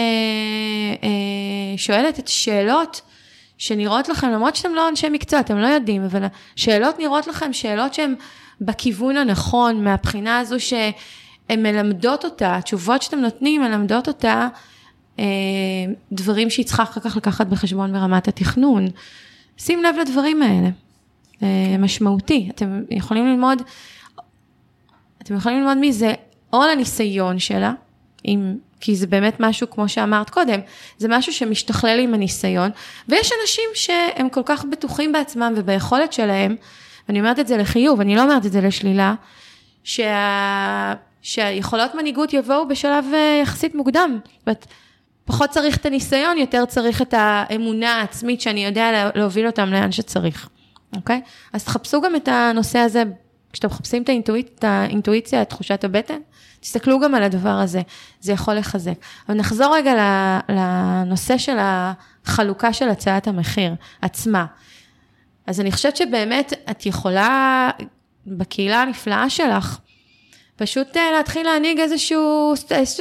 שואלת את שאלות שנראות לכם, למרות שאתם לא אנשי מקצוע, אתם לא יודעים, אבל שאלות נראות לכם, שאלות שהן בכיוון הנכון, מהבחינה הזו שהן מלמדות אותה, התשובות שאתם נותנים מלמדות אותה, דברים שהיא צריכה אחר כך לקחת בחשבון ברמת התכנון. שים לב לדברים האלה, משמעותי. אתם יכולים ללמוד מזה, או לניסיון שלה, אם כי זה באמת משהו, כמו שאמרת קודם, זה משהו שמשתכלל עם הניסיון, ויש אנשים שהם כל כך בטוחים בעצמם וביכולת שלהם, ואני אומרת את זה לחיוב, אני לא אומרת את זה לשלילה, שהיכולות מנהיגות יבואו בשלב יחסית מוקדם, פחות צריך את הניסיון, יותר צריך את האמונה העצמית, שאני יודע להוביל אותם לאן שצריך, אוקיי? אז תחפשו גם את הנושא הזה, כשאתם מחפשים את האינטואיציה, את תחושת הבטן, תסתכלו גם על הדבר הזה, זה יכול לחזק. אבל נחזור רגע לנושא של החלוקה של הצעת המחיר עצמה. אז אני חושבת שבאמת את יכולה, בקהילה הנפלאה שלך, פשוט להתחיל להנהיג איזשהו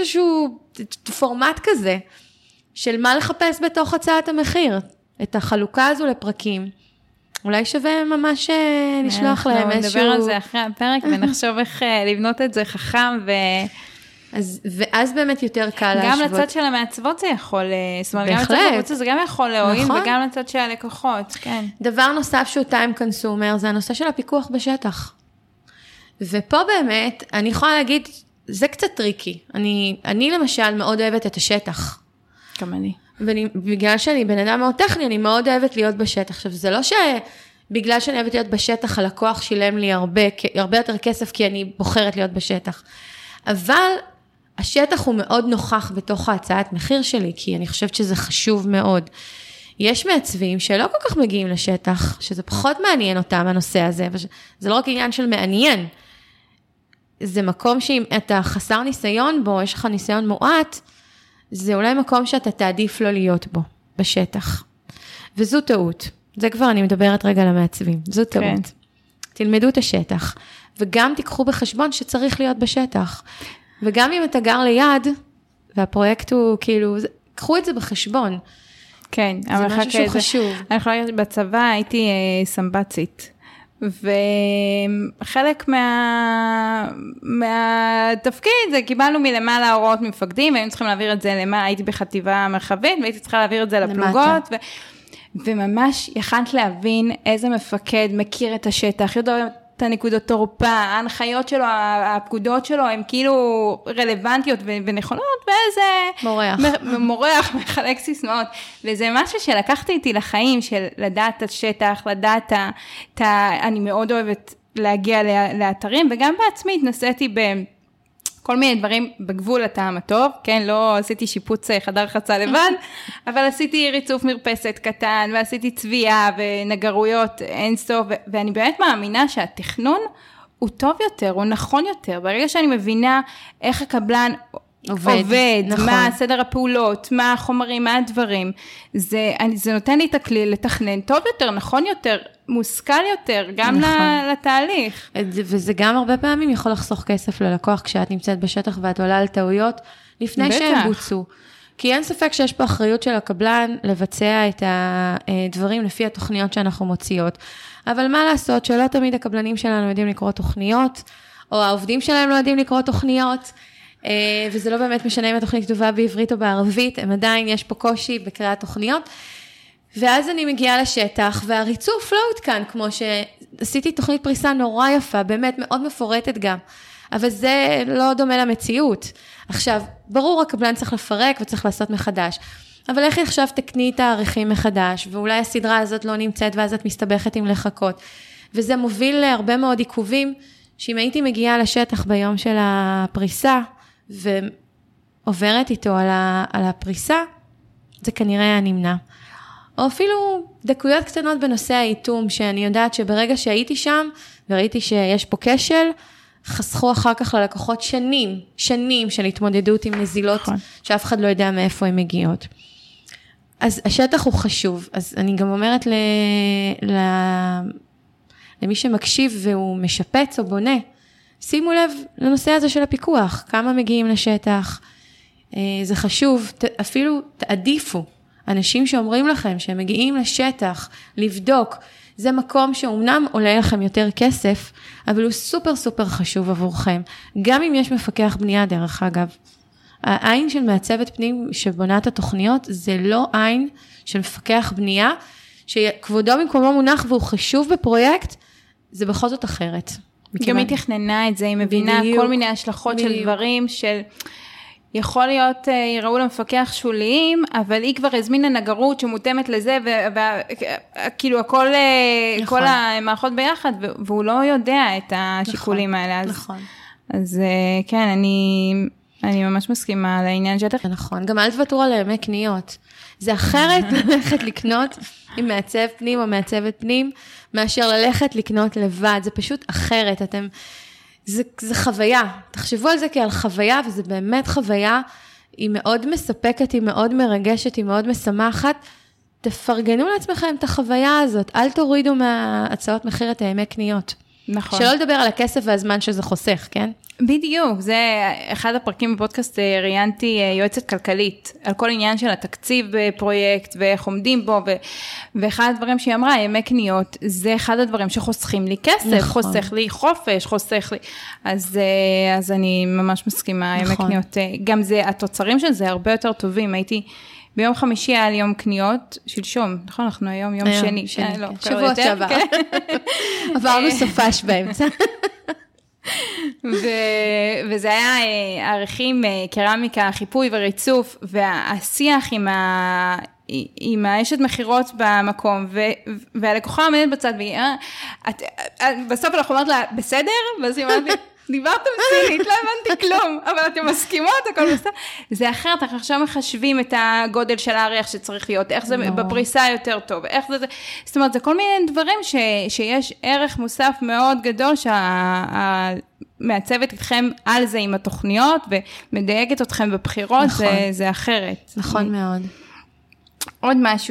פורמט כזה, של מה לחפש בתוך הצעת המחיר, את החלוקה הזו לפרקים. אולי שווה ממש לשלוח להם איזשהו... נדבר על זה אחרי הפרק, ונחשוב איך לבנות את זה חכם ואז באמת יותר קל להשוות. גם לצד של המעצבות זה יכול, זאת אומרת, גם לצד של זה גם יכול להועיל, וגם לצד של הלקוחות, כן. דבר נוסף שהוא time consumer, זה הנושא של הפיקוח בשטח. ופה באמת, אני יכולה להגיד, זה קצת טריקי. אני למשל מאוד אוהבת את השטח. גם אני. ובגלל שאני בן אדם מאוד טכני, אני מאוד אוהבת להיות בשטח. עכשיו, זה לא שבגלל שאני אוהבת להיות בשטח, הלקוח שילם לי הרבה יותר כסף, כי אני בוחרת להיות בשטח. אבל השטח הוא מאוד נוכח בתוך ההצעת מחיר שלי, כי אני חושבת שזה חשוב מאוד. יש מעצבים שלא כל כך מגיעים לשטח, שזה פחות מעניין אותם הנושא הזה, זה לא רק עניין של מעניין, זה מקום שאם אתה חסר ניסיון בו, יש לך ניסיון מועט, זה אולי מקום שאתה תעדיף לא להיות בו, בשטח. וזו טעות. זה כבר אני מדברת רגע למעצבים. זו טעות. כן. תלמדו את השטח. וגם תיקחו בחשבון שצריך להיות בשטח. וגם אם אתה גר ליד, והפרויקט הוא כאילו, קחו את זה בחשבון. כן. זה משהו שהוא חשוב. אני יכולה להגיד, בצבא הייתי סמבצית. וחלק מהתפקיד זה קיבלנו מלמעלה הוראות מפקדים, והיינו צריכים להעביר את זה הייתי בחטיבה מרחבית, והייתי צריכה להעביר את זה לפלוגות, וממש יכלת להבין איזה מפקד מכיר את השטח, יודע את הנקודות תורפה, ההנחיות שלו, הפקודות שלו, הן כאילו רלוונטיות ונכונות, ואיזה מורח, מחלק סיסמאות, וזה משהו שלקחתי איתי לחיים, של לדעת את השטח, לדעת, אני מאוד אוהבת להגיע לאתרים, וגם בעצמי התנסיתי כל מיני דברים בגבול הטעם הטוב, כן, לא עשיתי שיפוץ חדר חצה לבד, אבל עשיתי ריצוף מרפסת קטן, ועשיתי צביעה ונגרויות אינסוף, ואני באמת מאמינה שהתכנון הוא טוב יותר, הוא נכון יותר, ברגע שאני מבינה איך הקבלן עובד, נכון. מה סדר הפעולות, מה החומרים, מה הדברים, זה נותן לי את הכלי לתכנן טוב יותר, נכון יותר, מושכל יותר, גם נכון. לתהליך. וזה גם הרבה פעמים יכול לחסוך כסף ללקוח, כשאת נמצאת בשטח ואת עולה על טעויות, לפני שהם בוצעו. כי אין ספק שיש פה אחריות של הקבלן, לבצע את הדברים לפי התוכניות שאנחנו מוציאות. אבל מה לעשות, שלא תמיד הקבלנים שלנו יודעים לקרוא תוכניות, או העובדים שלהם לא יודעים לקרוא תוכניות, וזה לא באמת משנה אם התוכנית כתובה בעברית או בערבית, הם עדיין יש פה קושי בקריאת תוכניות, ואז אני מגיעה לשטח, והריצוף לא הותקן, כמו שעשיתי תוכנית פריסה נורא יפה, באמת מאוד מפורטת גם, אבל זה לא דומה למציאות. עכשיו, ברור הקבלן צריך לפרק וצריך לעשות מחדש, אבל איך עכשיו תקני את העריכים מחדש, ואולי הסדרה הזאת לא נמצאת, ואז את מסתבכת עם לחכות, וזה מוביל להרבה מאוד עיכובים, שאם הייתי מגיעה לשטח ביום של הפריסה, ועוברת איתו על הפריסה, זה כנראה היה נמנע. או אפילו דקויות קטנות בנושא האיתום, שאני יודעת שברגע שהייתי שם, וראיתי שיש פה כשל, חסכו אחר כך ללקוחות שנים של התמודדות עם נזילות, שאף אחד לא יודע מאיפה הן מגיעות. אז השטח הוא חשוב, אז אני גם אומרת למי שמקשיב והוא משפץ או בונה, שימו לב לנושא הזה של הפיקוח, כמה מגיעים לשטח, זה חשוב, אפילו תעדיפו, אנשים שאומרים לכם שהם מגיעים לשטח, לבדוק, זה מקום שאומנם עולה לכם יותר כסף, אבל הוא סופר סופר חשוב עבורכם, גם אם יש מפקח בנייה דרך אגב. העין של מעצבת פנים שבונה את התוכניות, זה לא עין של מפקח בנייה, שכבודו במקומו מונח והוא חשוב בפרויקט, זה בכל זאת אחרת. גם היא תכננה את זה, היא מבינה כל מיני השלכות של דברים, של יכול להיות, יראו למפקח שוליים, אבל היא כבר הזמינה נגרות שמותאמת לזה, וכאילו הכל, כל המערכות ביחד, והוא לא יודע את השיקולים האלה. נכון. אז כן, אני ממש מסכימה על העניין שאתה... נכון, גם אל תוותרו על ימי קניות. זה אחרת ללכת לקנות עם מעצב פנים או מעצבת פנים, מאשר ללכת לקנות לבד. זה פשוט אחרת. זה חוויה. תחשבו על זה כעל חוויה, וזה באמת חוויה. היא מאוד מספקת, היא מאוד מרגשת, היא מאוד משמחת. תפרגנו לעצמכם את החוויה הזאת. אל תורידו מהצעות מחיר את הימי קניות. נכון. שלא לדבר על הכסף והזמן שזה חוסך, כן? בדיוק, זה אחד הפרקים בפודקאסט, ראיינתי יועצת כלכלית, על כל עניין של התקציב בפרויקט, ואיך עומדים בו, ואחד הדברים שהיא אמרה, ימי קניות, זה אחד הדברים שחוסכים לי כסף, נכון. חוסך לי חופש, חוסך לי, אז אני ממש מסכימה, נכון. ימי קניות, גם זה, התוצרים של זה הרבה יותר טובים, הייתי... ביום חמישי היה לי יום קניות, שלשום, נכון? אנחנו היום יום שני. לא, שבוע שעבר. עברנו סופש באמצע. וזה היה ערכים, קרמיקה, חיפוי וריצוף, והשיח עם האשת מחירות במקום, והלקוחה עומדת בצד, בסוף אנחנו אומרת לה, בסדר? ואז היא אומרת לי, דיברתם סינית, לא הבנתי כלום, אבל אתם מסכימות, הכל בסדר. זה אחרת, אנחנו עכשיו מחשבים את הגודל של העריך שצריך להיות, איך זה בפריסה יותר טוב, איך זה, זאת אומרת, זה כל מיני דברים שיש ערך מוסף מאוד גדול, שהמעצבת איתכם על זה עם התוכניות, ומדייגת אתכם בבחירות, זה אחרת. נכון מאוד. עוד משהו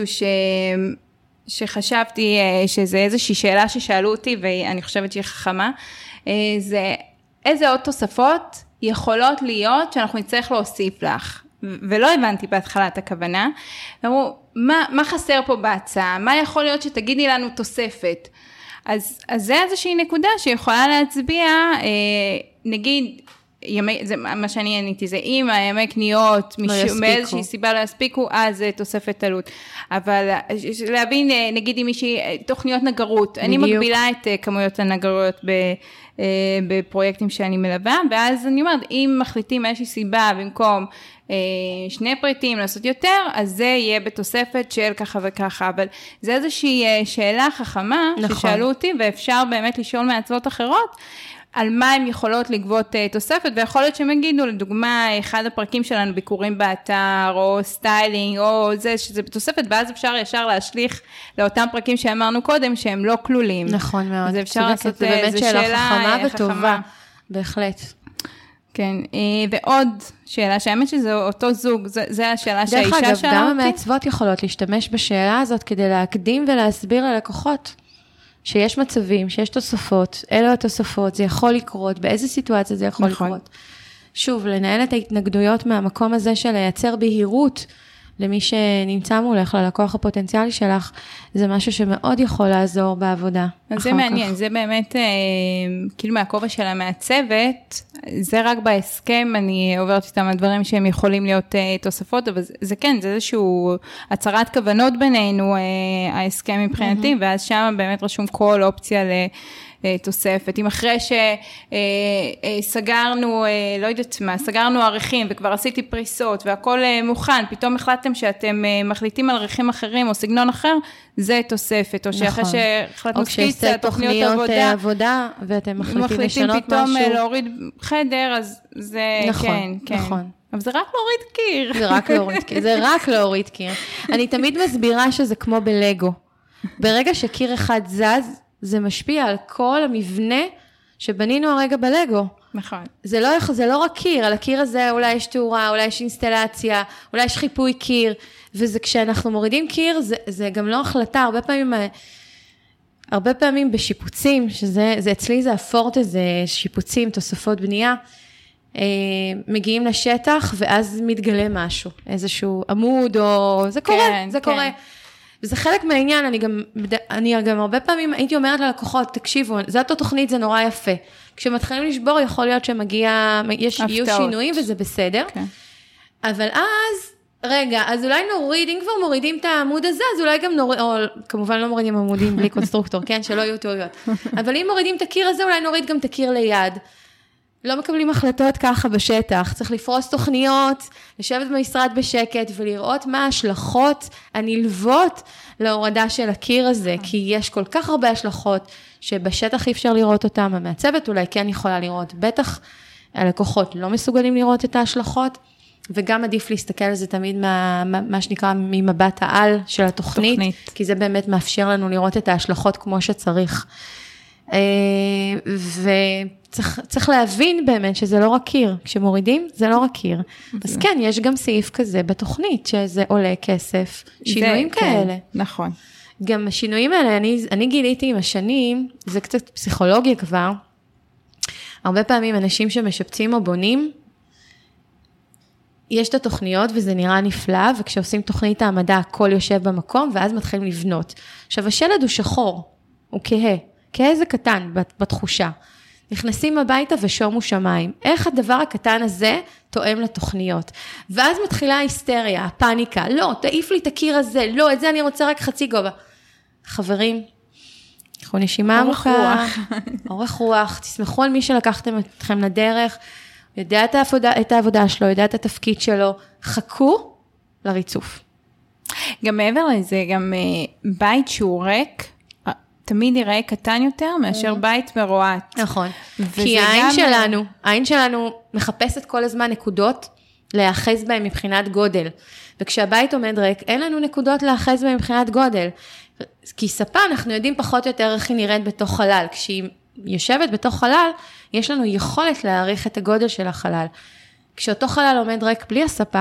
שחשבתי, שזה איזושהי שאלה ששאלו אותי, ואני חושבת שהיא חכמה, זה איזה עוד תוספות יכולות להיות שאנחנו נצטרך להוסיף לך, ולא הבנתי בהתחלה את הכוונה, אמרו, מה חסר פה בהצעה, מה יכול להיות שתגידי לנו תוספת, אז זה איזושהי נקודה שיכולה להצביע, נגיד, זה מה שאני עניתי, זה אם הימי קניות מאיזושהי סיבה לא יספיקו, אז זה תוספת עלות. אבל להבין, נגיד אם מישהי, תוכניות נגרות, אני מגבילה את כמויות הנגרויות בפרויקטים שאני מלווה, ואז אני אומרת, אם מחליטים איזושהי סיבה במקום 2 פריטים לעשות יותר, אז זה יהיה בתוספת של ככה וככה, אבל זה איזושהי שאלה חכמה, ששאלו אותי, ואפשר באמת לשאול מעצבות אחרות, על מה הם יכולות לגבות תוספת, ויכול להיות שהם יגידו, לדוגמה, אחד הפרקים שלנו, ביקורים באתר, או סטיילינג, או זה, שזה בתוספת, ואז אפשר ישר להשליך לאותם פרקים שאמרנו קודם, שהם לא כלולים. נכון מאוד. אז אפשר לעשות איזו שאלה חכמה וטובה. בהחלט. כן, ועוד שאלה, שהאמת שזה אותו זוג, זה השאלה שהאישה שאלה אותי. דרך אגב, גם המעצבות יכולות להשתמש בשאלה הזאת, כדי להקדים ולהסביר ללקוחות. שיש מצבים, שיש תוספות, אלו התוספות, זה יכול לקרות, באיזה סיטואציה זה יכול לקרות. שוב, לנהל את ההתנגדויות מהמקום הזה של לייצר בהירות, למי שנמצא מולך, ללקוח הפוטנציאלי שלך, זה משהו שמאוד יכול לעזור בעבודה. אז זה מעניין, זה באמת, כאילו מהכובע של המעצבת, זה רק בהסכם, אני עוברת איתם הדברים שהם יכולים להיות תוספות, אבל זה כן, זה איזשהו הצהרת כוונות בינינו, ההסכם מבחינתי, ואז שם באמת רשום כל אופציה תוספת. אם אחרי שסגרנו, לא יודעת מה, סגרנו עריכים וכבר עשיתי פריסות והכל מוכן, פתאום החלטתם שאתם מחליטים על עריכים אחרים או סגנון אחר, זה תוספת. או שאחרי שהחלטנו סקיצה, תוכניות עבודה, ואתם מחליטים לשנות משהו. פתאום להוריד חדר, אז זה כן, כן. נכון. אבל זה רק להוריד קיר. זה רק להוריד קיר. אני תמיד מסבירה שזה כמו בלגו. ברגע שקיר אחד זז, זה משפיע על כל המבנה שבנינו הרגע בלגו. נכון. זה לא רק קיר, על הקיר הזה אולי יש תאורה, אולי יש אינסטלציה, אולי יש חיפוי קיר, וזה כשאנחנו מורידים קיר, זה גם לא החלטה, הרבה פעמים בשיפוצים, שזה אצלי זה הפורט הזה, שיפוצים, תוספות בנייה, מגיעים לשטח, ואז מתגלה משהו, איזשהו עמוד, או זה קורה, זה קורה. וזה חלק מהעניין, אני גם הרבה פעמים הייתי אומרת ללקוחות, תקשיבו, זאת התוכנית, זה נורא יפה. כשמתחילים לשבור, יכול להיות יהיו שינויים, וזה בסדר. אבל אז, רגע, אז אולי נוריד, אם כבר מורידים את העמוד הזה, אז אולי גם נוריד, או כמובן לא מורידים עמודים בלי קונסטרוקטור, כן, שלא יהיו טעויות. אבל אם מורידים את הקיר הזה, אולי נוריד גם את הקיר ליד. לא מקבלים החלטות ככה בשטח, צריך לפרוס תוכניות, לשבת במשרד בשקט ולראות מה ההשלכות הנלוות להורדה של הקיר הזה, כי יש כל כך הרבה השלכות שבשטח אי אפשר לראות אותם, המעצבת אולי כן יכולה לראות, בטח הלקוחות לא מסוגלים לראות את ההשלכות, וגם עדיף להסתכל על זה תמיד מה שנקרא ממבט העל של התוכנית, כי זה באמת מאפשר לנו לראות את ההשלכות כמו שצריך. וצריך להבין באמת שזה לא רק קיר, כשמורידים זה לא רק קיר. אז כן, יש גם סעיף כזה בתוכנית, שזה עולה כסף, שינויים כאלה. נכון. גם השינויים האלה, אני גיליתי עם השנים, זה קצת פסיכולוגיה כבר, הרבה פעמים אנשים שמשפצים או בונים, יש את התוכניות וזה נראה נפלא, וכשעושים תוכנית העמדה, הכל יושב במקום, ואז מתחילים לבנות. עכשיו, השלד הוא שחור, הוא כהה זה קטן בתחושה. נכנסים הביתה ושומו שמיים. איך הדבר הקטן הזה תואם לתוכניות? ואז מתחילה ההיסטריה, הפאניקה, לא, תעיף לי את הקיר הזה, לא, את זה אני רוצה רק חצי גובה. חברים, אנחנו נשימה ארוכה, אורך רוח, תסמכו על מי שלקחתם אתכם לדרך, יודע את העבודה שלו, יודע את התפקיד שלו, חכו לריצוף. גם מעבר לזה, גם בית שהוא ריק, תמיד ייראה קטן יותר מאשר בית מרועט. נכון, כי העין שלנו מחפשת כל הזמן נקודות להאחז בהן מבחינת גודל, וכשהבית עומד ריק, אין לנו נקודות להאחז בהן מבחינת גודל, כי ספה אנחנו יודעים פחות או יותר איך היא נראית בתוך חלל, כשהיא יושבת בתוך חלל, יש לנו יכולת להעריך את הגודל של החלל. כשאותו חלל עומד ריק בלי הספה,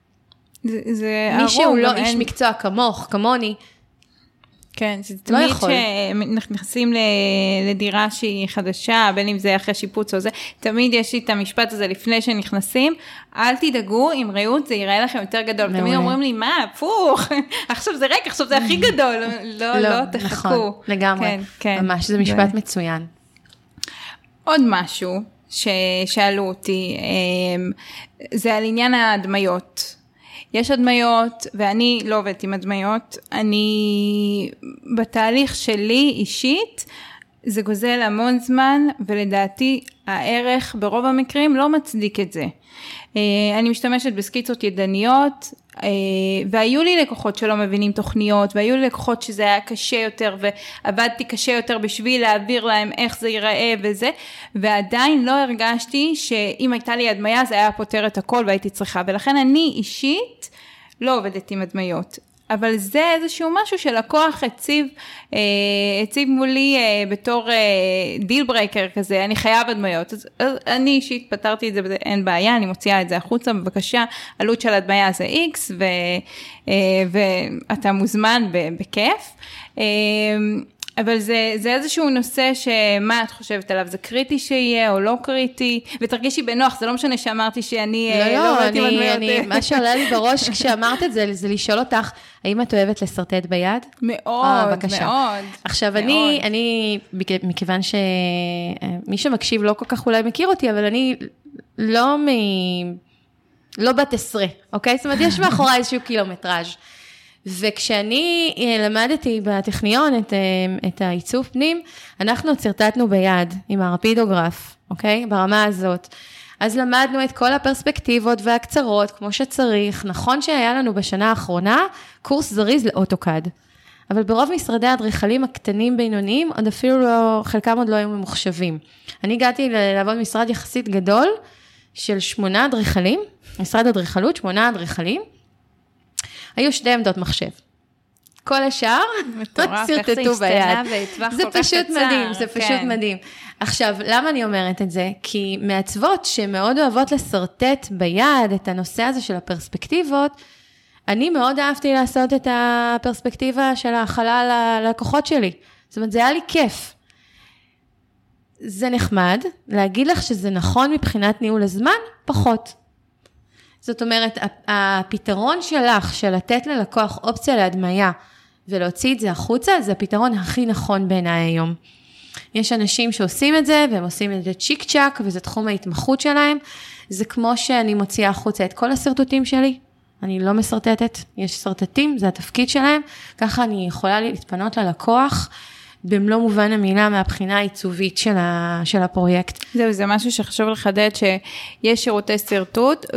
מי שהוא לא איש מקצוע כמוך, כמוני, כן, זה תמיד שנכנסים לדירה שהיא חדשה, בין אם זה אחרי שיפוץ או זה, תמיד יש לי את המשפט הזה לפני שנכנסים, אל תדאגו, עם ראות זה ייראה לכם יותר גדול. תמיד אומרים לי, מה, פוך, עכשיו זה ריק, עכשיו זה הכי גדול. לא, תחכו. נכון, לגמרי, ממש, זה משפט מצוין. עוד משהו ששאלו אותי, זה על עניין ההדמיות. יש הדמיות, ואני לא עובדת עם הדמיות, אני בתהליך שלי אישית, זה גוזל המון זמן, ולדעתי הערך ברוב המקרים לא מצדיק את זה. אני משתמשת בסקיצות ידניות, והיו לי לקוחות שלא מבינים תוכניות, והיו לי לקוחות שזה היה קשה יותר, ועבדתי קשה יותר בשביל להעביר להם איך זה ייראה וזה, ועדיין לא הרגשתי שאם הייתה לי הדמיה, זה היה פותר את הכל והייתי צריכה, ולכן אני אישית לא עובדת עם הדמיות. אבל זה איזשהו משהו שלקוח הציב מולי בתור דיל ברייקר כזה, אני חייב הדמיות. אז אני אישית פתרתי את זה, אין בעיה, אני מוציאה את זה החוצה, בבקשה, עלות של הדמיה זה X, ואתה מוזמן בכיף. אבל זה איזשהו נושא שמה את חושבת עליו, זה קריטי שיהיה או לא קריטי, ותרגישי בנוח, זה לא משנה שאמרתי שאני לא עובדת עם הדמיות. מה שעולה לי בראש כשאמרת את זה, זה לשאול אותך, האם את אוהבת לסרטט ביד? מאוד, מאוד. עכשיו אני, מכיוון שמי שמקשיב לא כל כך אולי מכיר אותי, אבל אני לא בת 10, אוקיי? זאת אומרת, יש מאחורי איזשהו קילומטראז'. וכשאני למדתי בטכניון את העיצוב פנים, אנחנו סרטטנו ביד עם הרפידוגרף, אוקיי? ברמה הזאת. אז למדנו את כל הפרספקטיבות והקצרות, כמו שצריך. נכון שהיה לנו בשנה האחרונה קורס זריז לאוטוקד. אבל ברוב משרדי האדריכלים הקטנים בינוניים, עוד אפילו לא, חלקם עוד לא היו ממוחשבים. אני הגעתי לעבוד משרד יחסית גדול של 8 אדריכלים, משרד אדריכלות, 8 אדריכלים, היו 2 עמדות מחשב. כל השאר, סרטטו ביד. זה פשוט מדהים, זה פשוט מדהים. עכשיו, למה אני אומרת את זה? כי מעצבות שמאוד אוהבות לסרטט ביד את הנושא הזה של הפרספקטיבות, אני מאוד אהבתי לעשות את הפרספקטיבה של החלל ללקוחות שלי. זאת אומרת, זה היה לי כיף. זה נחמד, להגיד לך שזה נכון מבחינת ניהול הזמן, פחות. זאת אומרת, הפתרון שלך, של לתת ללקוח אופציה להדמיה, ולהוציא את זה החוצה, זה הפתרון הכי נכון בעיניי היום. יש אנשים שעושים את זה, והם עושים את זה צ'יק צ'ק, וזה תחום ההתמחות שלהם. זה כמו שאני מוציאה החוצה את כל הסרטוטים שלי, אני לא מסרטטת, יש סרטטים, זה התפקיד שלהם, ככה אני יכולה להתפנות ללקוח, במלוא מובן המילה מהבחינה העיצובית של הפרויקט. זהו, זה משהו שחשוב לחדד שיש שירותי סרטוט,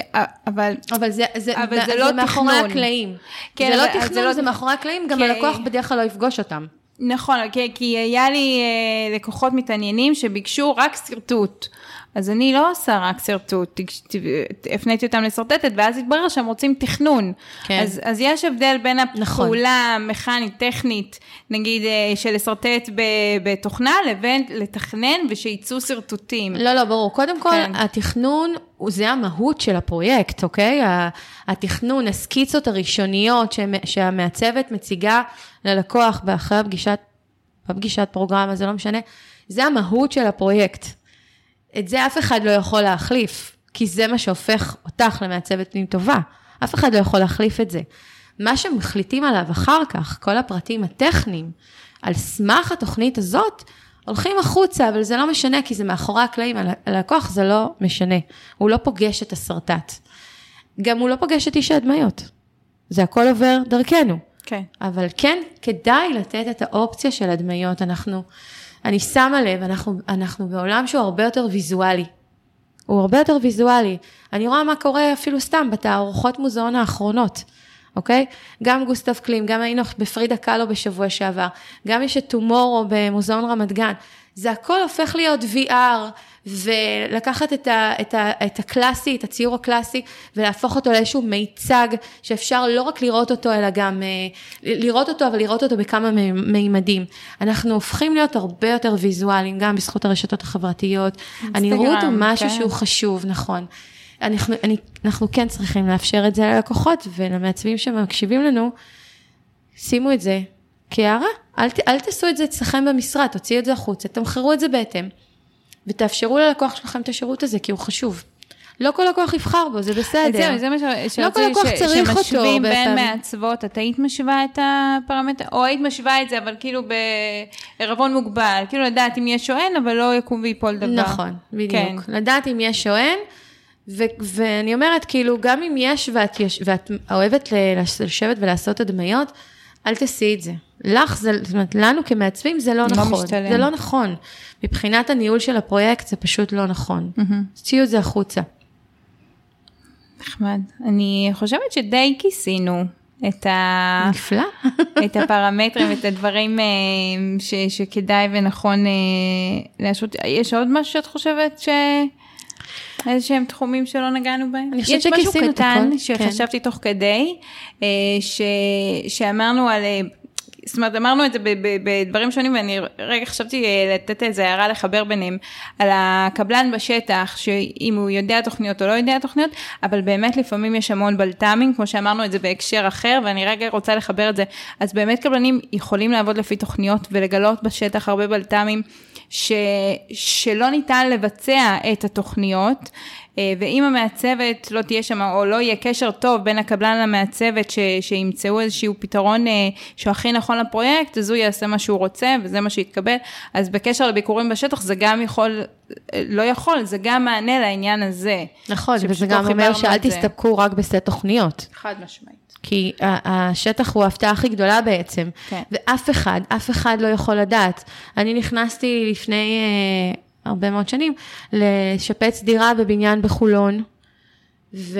אבל זה לא מאחורי הקלעים. כן, זה לא תכנון, זה מאחורי הקלעים, גם הלקוח בדרך כלל לא יפגוש אותם. נכון, כי היה לי לקוחות מתעניינים שביקשו רק סרטוט. אז אני לא עושה רק סרטוט, הפניתי אותם לסרטטת, ואז התברר שהם רוצים תכנון. כן. אז יש הבדל בין הפעולה המכנית, טכנית, נגיד של לסרטט בתוכנה, לבין לתכנן ושיצאו סרטוטים. לא, ברור. קודם כל, כן. התכנון, זה המהות של הפרויקט, אוקיי? התכנון, הסקיצות הראשוניות שהמעצבת מציגה ללקוח באחרי בפגישת פרוגרמה, זה לא משנה, זה המהות של הפרויקט. את זה אף אחד לא יכול להחליף, כי זה מה שהופך אותך למעצבת פנים טובה. אף אחד לא יכול להחליף את זה. מה שמחליטים עליו אחר כך, כל הפרטים הטכניים, על סמך התוכנית הזאת, הולכים החוצה, אבל זה לא משנה, כי זה מאחורי הקלעים, הלקוח זה לא משנה. הוא לא פוגש את הסרטט. גם הוא לא פוגש את איש הדמיות. זה הכל עובר דרכנו. כן. אבל כן, כדאי לתת את האופציה של הדמיות. אני שמה לב, אנחנו בעולם שהוא הרבה יותר ויזואלי. הוא הרבה יותר ויזואלי. אני רואה מה קורה אפילו סתם בתערוכות מוזיאון האחרונות. אוקיי? גם גוסטב קלים, גם היינו בפרידה קלו בשבוע שעבר, גם יש את טומורו במוזיאון רמת גן. זה הכל הופך להיות VR, ולקחת את הקלאסי, את הציור הקלאסי, ולהפוך אותו לאיזשהו מיצג, שאפשר לא רק לראות אותו, אלא גם לראות אותו, אבל לראות אותו בכמה מימדים. אנחנו הופכים להיות הרבה יותר ויזואליים, גם בזכות הרשתות החברתיות. הנראות הוא משהו שהוא חשוב, נכון. אנחנו כן צריכים לאפשר את זה ללקוחות, ולמעצבים שמקשיבים לנו, שימו את זה כהערה. אל תעשו את זה אצלכם במשרד, תוציאו את זה החוצה, תמחרו את זה בהתאם, ותאפשרו ללקוח שלכם את השירות הזה, כי הוא חשוב. לא כל לקוח יבחר בו, זה בסדר. זה מה לא כל לקוח צריך אותו. שמשווים בין מעצבות, את היית משווה את הפרמטר, או היית משווה את זה, אבל כאילו בערבון מוגבל, כאילו לדעת אם יש שואן, אבל לא יקום ויפול דבר. נכון, בדיוק. לדעת אם יש שואן, ואני אומרת, כאילו, גם אם יש, ואת אוהבת לשבת ולעשות הדמיות, אל תעשי את זה. לך, זאת אומרת, לנו כמעצבים זה לא נכון. זה לא נכון. מבחינת הניהול של הפרויקט, זה פשוט לא נכון. תציעו את זה החוצה. נחמד. אני חושבת שדי כיסינו נפלא. את הפרמטרים, את הדברים שכדאי ונכון להשעות. יש עוד משהו שאת חושבת איזה שהם תחומים שלא נגענו בהם? יש משהו קטן שחשבתי תוך כדי, שאמרנו על, זאת אומרת, אמרנו את זה בדברים שונים, ואני רגע חשבתי לתת איזו הערה לחבר ביניהם, על הקבלן בשטח, שאם הוא יודע תוכניות או לא יודע תוכניות, אבל באמת לפעמים יש המון בלטאמים, כמו שאמרנו את זה בהקשר אחר, ואני רגע רוצה לחבר את זה, אז באמת קבלנים יכולים לעבוד לפי תוכניות, ולגלות בשטח הרבה בלטאמים, שלא ניתן לבצע את התוכניות, ואם המעצבת לא תהיה שם, או לא יהיה קשר טוב בין הקבלן למעצבת, שימצאו איזשהו פתרון שהוא הכי נכון לפרויקט, אז הוא יעשה מה שהוא רוצה, וזה מה שיתקבל. אז בקשר לביקורים בשטח, זה גם לא יכול, זה גם מענה לעניין הזה. נכון, וזה גם אומר שאל תסתפקו רק בסט תוכניות. חד משמעית. כי השטח הוא ההפתעה הכי גדולה בעצם, כן. ואף אחד לא יכול לדעת. אני נכנסתי לפני הרבה מאוד שנים, לשפץ דירה בבניין בחולון, וזו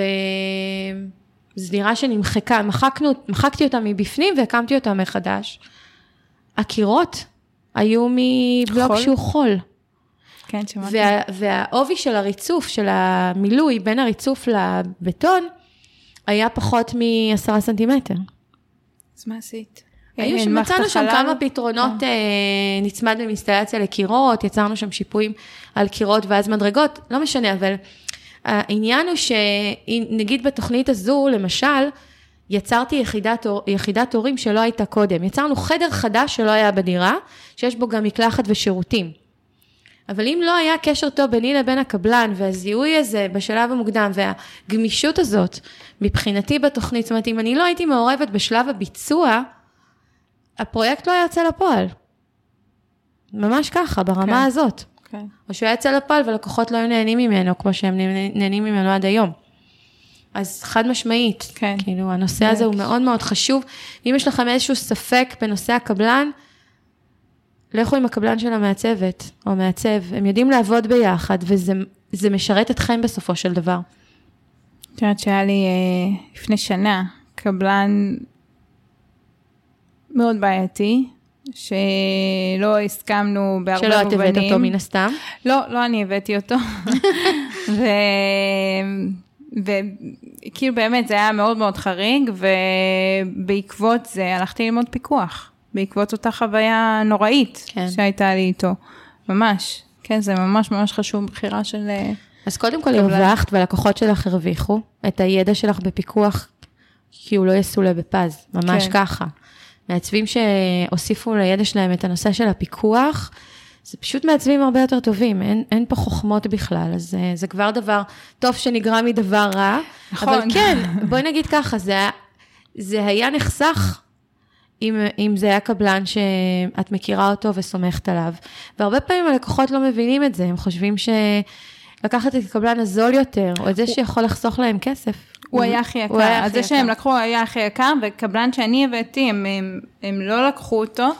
דירה שנמחקה, מחקתי אותה מבפנים, והקמתי אותה מחדש. הקירות היו מבלוק שהוא חול. כן, שמעתי. והעובי של הריצוף, של המילוי, בין הריצוף לבטון, היה פחות מ10 סנטימטר. אז מה עשית? מצאנו שם כמה פתרונות, נצמד במסטלציה לקירות, יצרנו שם שיפועים על קירות ואז מדרגות, לא משנה, אבל העניין הוא שנגיד בתוכנית הזו, למשל, יצרתי יחידת הורים שלא הייתה קודם, יצרנו חדר חדש שלא היה בדירה, שיש בו גם מקלחת ושירותים. אבל אם לא היה קשר טוב ביני לבין הקבלן, והזיהוי הזה בשלב המוקדם, והגמישות הזאת, מבחינתי בתוכנית, זאת אומרת, אם אני לא הייתי מעורבת בשלב הביצוע, הפרויקט לא היה יצא לפועל. ממש ככה, ברמה הזאת. או שהוא היה יצא לפועל, ולקוחות לא היו נהנים ממנו, כמו שהם נהנים ממנו עד היום. אז חד משמעית, כאילו, הנושא הזה הוא מאוד מאוד חשוב. אם יש לכם איזשהו ספק בנושא הקבלן, לכו עם הקבלן של המעצבת, או מעצב, הם יודעים לעבוד ביחד, וזה משרת אתכם בסופו של דבר. את יודעת שהיה לי לפני שנה, קבלן מאוד בעייתי, שלא הסכמנו בהרבה מובנים. שלא את הבאת אותו מן הסתם? לא אני הבאתי אותו. וכאילו באמת זה היה מאוד מאוד חריג, ובעקבות זה הלכתי ללמוד פיקוח, בעקבות אותה חוויה נוראית שהייתה לי איתו. ממש, כן, זה ממש ממש חשוב בחירה של... אז קודם כל הרווחת, והלקוחות שלך הרוויחו את הידע שלך בפיקוח, כי הוא לא יסולה בפז, ממש ככה. מעצבים שהוסיפו לידע שלהם את הנושא של הפיקוח, זה פשוט מעצבים הרבה יותר טובים, אין פה חוכמות בכלל, אז זה כבר דבר טוב שנגרע מדבר רע, נכון. אבל כן, בואי נגיד ככה, זה היה נחסך, אם זה היה קבלן שאת מכירה אותו וסומכת עליו, והרבה פעמים הלקוחות לא מבינים את זה, הם חושבים לקחת את הקבלן הזול יותר, או את זה שיכול לחסוך להם כסף. הוא היה הכי יקר, אז זה שהם לקחו היה הכי יקר, וקבלן שאני הבאתי, הם לא לקחו אותו,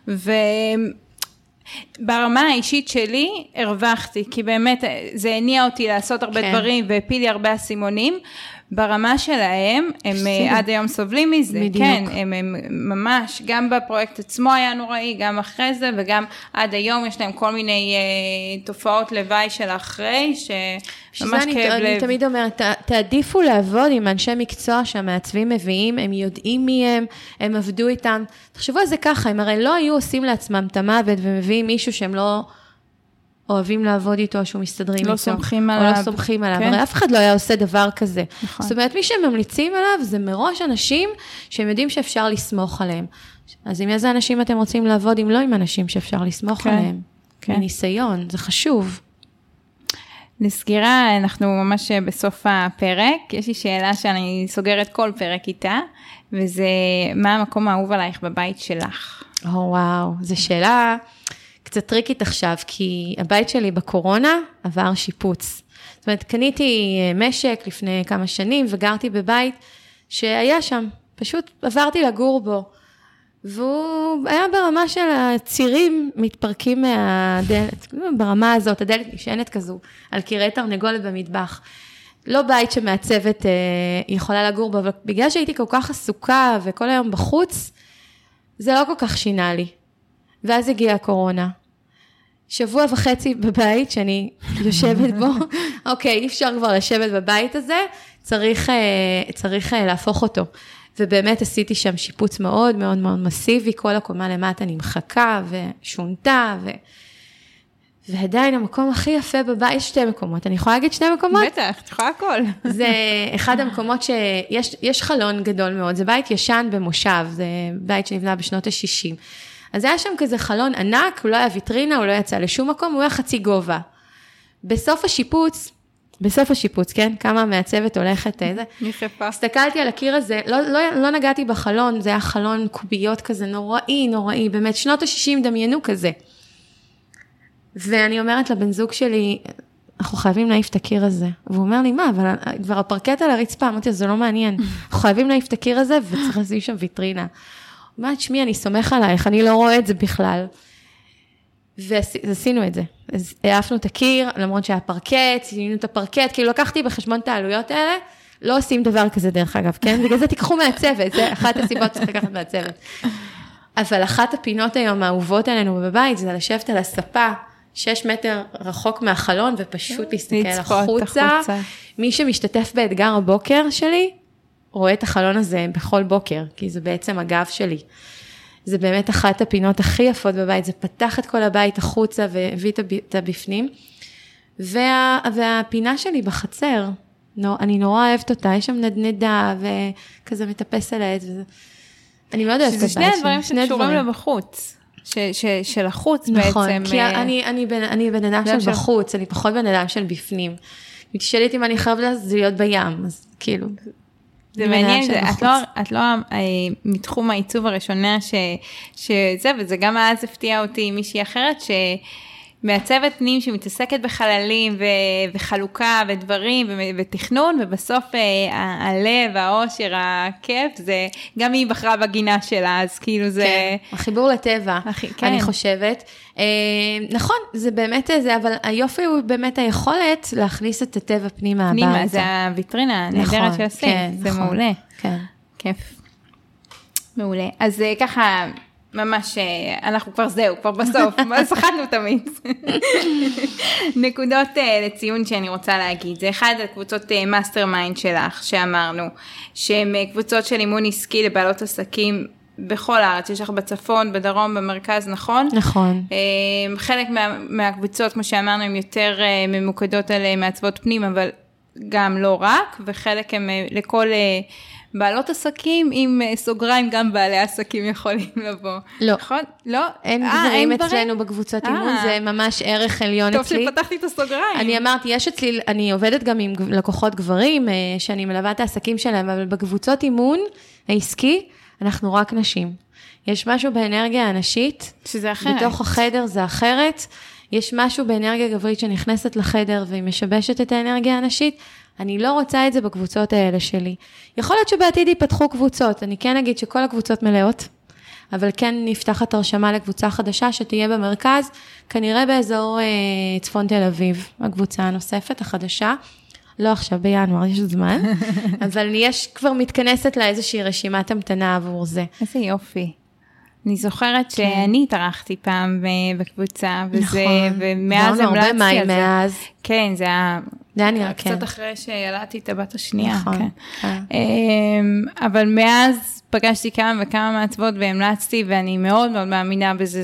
ברמה האישית שלי הרווחתי, כי באמת זה הניע אותי לעשות הרבה דברים, והפיל לי הרבה אסימונים, ברמה שלהם, הם עד היום סובלים מזה, כן, הם ממש, גם בפרויקט עצמו היה נוראי, גם אחרי זה, וגם עד היום יש להם כל מיני תופעות לוואי של אחרי, שממש כאב לב. אני תמיד אומרת, תעדיפו לעבוד עם אנשי מקצוע שהמעצבים מביאים, הם יודעים מי הם עבדו איתם, תחשבו על זה ככה, הם הרי לא היו עושים לעצמם את המוות, ומביאים מישהו שהם לא... אוהבים לעבוד איתו, שהוא מסתדרים איתו. לא סומכים עליו. או לא סומכים עליו. הרי אף אחד לא היה עושה דבר כזה. זאת אומרת, מי שממליצים עליו, זה מראש אנשים שהם יודעים שאפשר לסמוך עליהם. אז עם איזה אנשים אתם רוצים לעבוד, אם לא עם אנשים שאפשר לסמוך עליהם? מניסיון, זה חשוב. לסגירה, אנחנו ממש בסוף הפרק. יש לי שאלה שאני סוגרת כל פרק איתה, וזה מה המקום האהוב עלייך בבית שלך? וואו, זו שאלה... קצת טריקית עכשיו, כי הבית שלי בקורונה עבר שיפוץ. זאת אומרת, קניתי משק לפני כמה שנים, וגרתי בבית שהיה שם. פשוט עברתי לגור בו. והוא היה ברמה של הצירים מתפרקים מהדלת. ברמה הזאת, הדלת נשענת כזו, על קירי תרנגולת במטבח. לא בית שמעצבת יכולה לגור בו, אבל בגלל שהייתי כל כך עסוקה, וכל היום בחוץ, זה לא כל כך שינה לי. ואז הגיעה הקורונה. שבוע וחצי בבית שאני יושבת בו, אוקיי, אי אפשר כבר לשבת בבית הזה, צריך להפוך אותו. ובאמת עשיתי שם שיפוץ מאוד מאוד מאוד מסיבי, כל הקומה למטה נמחקה ושונתה, ועדיין המקום הכי יפה בבית, יש 2 מקומות, אני יכולה להגיד 2 מקומות? בטח, את יכולה הכל. זה אחד המקומות שיש חלון גדול מאוד, זה בית ישן במושב, זה בית שנבנה בשנות ה-60, אז היה שם כזה חלון ענק, הוא לא היה ויטרינה, הוא לא יצא לשום מקום, הוא היה חצי גובה. בסוף השיפוץ, כן? כמה המעצבת הולכת איזה. הסתכלתי על הקיר הזה, לא נגעתי בחלון, זה היה חלון קוביות כזה, נוראי, באמת, שנות ה-60 דמיינו כזה. ואני אומרת לבן זוג שלי, אנחנו חייבים להעיף את הקיר הזה. והוא אומר לי, מה, אבל כבר הפרקט על הרצפה, אמרתי, זה לא מעניין. אנחנו חייבים להעיף את הקיר הזה, וצריך לשים שם ויטרינה. אומרת, שמי, אני סומך עלייך, אני לא רואה את זה בכלל. ועשינו את זה. אז העפנו את הקיר, למרות שהיה פרקט, שינינו את הפרקט, כאילו לקחתי בחשבון את העלויות האלה, לא עושים דבר כזה דרך אגב, כן? בגלל זה תיקחו מהצוות, זה אחת הסיבות שצריך לקחת מהצוות. אבל אחת הפינות היום האהובות עלינו בבית, זה לשבת על הספה, 6 מטר רחוק מהחלון, ופשוט להסתכל החוצה. מי שמשתתף באתגר הבוקר שלי, רואה את החלון הזה בכל בוקר, כי זה בעצם הגב שלי. זה באמת אחת הפינות הכי יפות בבית, זה פתח את כל הבית החוצה והביא את הבפנים. והפינה שלי בחצר, אני נורא אוהבת אותה, יש שם נדנדה וכזה מטפס על העץ. אני מאוד אוהבת את הבית. שזה שני הדברים שקשורים לבחוץ. של החוץ בעצם. נכון, כי אני בן אדם של בחוץ, אני פחות בן אדם של בפנים. מתשאלת אם אני חייבת להיות בים, אז כאילו... זה מעניין, את לא מתחום העיצוב הראשונה שזה, וזה גם אז הפתיע אותי מישהי אחרת, מעצבת פנים שמתעסקת בחללים וחלוקה ודברים ותכנון, ובסוף הלב, האושר, הכיף, זה גם היא בחרה בגינה שלה, אז כאילו זה... כן, החיבור לטבע, כן. אני חושבת. נכון, זה באמת זה, אבל היופי הוא באמת היכולת להכניס את הטבע פנימה הביתה. פנימה, זה הוויטרינה הנהדרת של הסי, זה מעולה. כן. כיף. מעולה. אז ככה... ממש, אנחנו כבר כבר בסוף, שחטנו תמיד. נקודות לציון שאני רוצה להגיד, זה אחד הקבוצות מאסטר מיינד שלך, שאמרנו, שהן קבוצות של אימון עסקי לבעלות עסקים בכל הארץ, יש לך בצפון, בדרום, במרכז, נכון? נכון. חלק מהקבוצות, כמו שאמרנו, הן יותר ממוקדות על מעצבות פנים, אבל גם לא רק, וחלק הם לכל... בעלות עסקים עם סוגריים, גם בעלי עסקים יכולים לבוא. לא. נכון? לא? אין גברים אצלנו בקבוצת אימון, זה ממש ערך עליון אצלי. טוב שפתחתי את הסוגריים. אני אמרתי, יש אצלי, אני עובדת גם עם לקוחות גברים, שאני מלווה את העסקים שלהם, אבל בקבוצות אימון העסקי, אנחנו רק נשים. יש משהו באנרגיה הנשית, שזה אחרת. בתוך החדר זה אחרת. יש משהו באנרגיה גברית שנכנסת לחדר, והיא משבשת את האנרגיה הנשית. אני לא רוצה את זה בקבוצות האלה שלי. יכול להיות שבעתיד ייפתחו קבוצות, אני כן אגיד שכל הקבוצות מלאות, אבל כן נפתחת הרשמה לקבוצה חדשה שתהיה במרכז, כנראה באזור צפון תל אביב, הקבוצה הנוספת, החדשה, לא עכשיו בינואר, יש זמן, אבל יש כבר מתכנסת לה איזושהי רשימת המתנה עבור זה. איזה יופי. אני זוכרת שאני התארחתי פעם בקבוצה, ומאז המלצתי על זה. כן, זה היה... דניה, כן. קצת אחרי שילדתי את הבת השנייה. נכון. כן. אבל מאז פגשתי כמה וכמה מעצבות והמלצתי, ואני מאוד מאוד מאמינה בזה,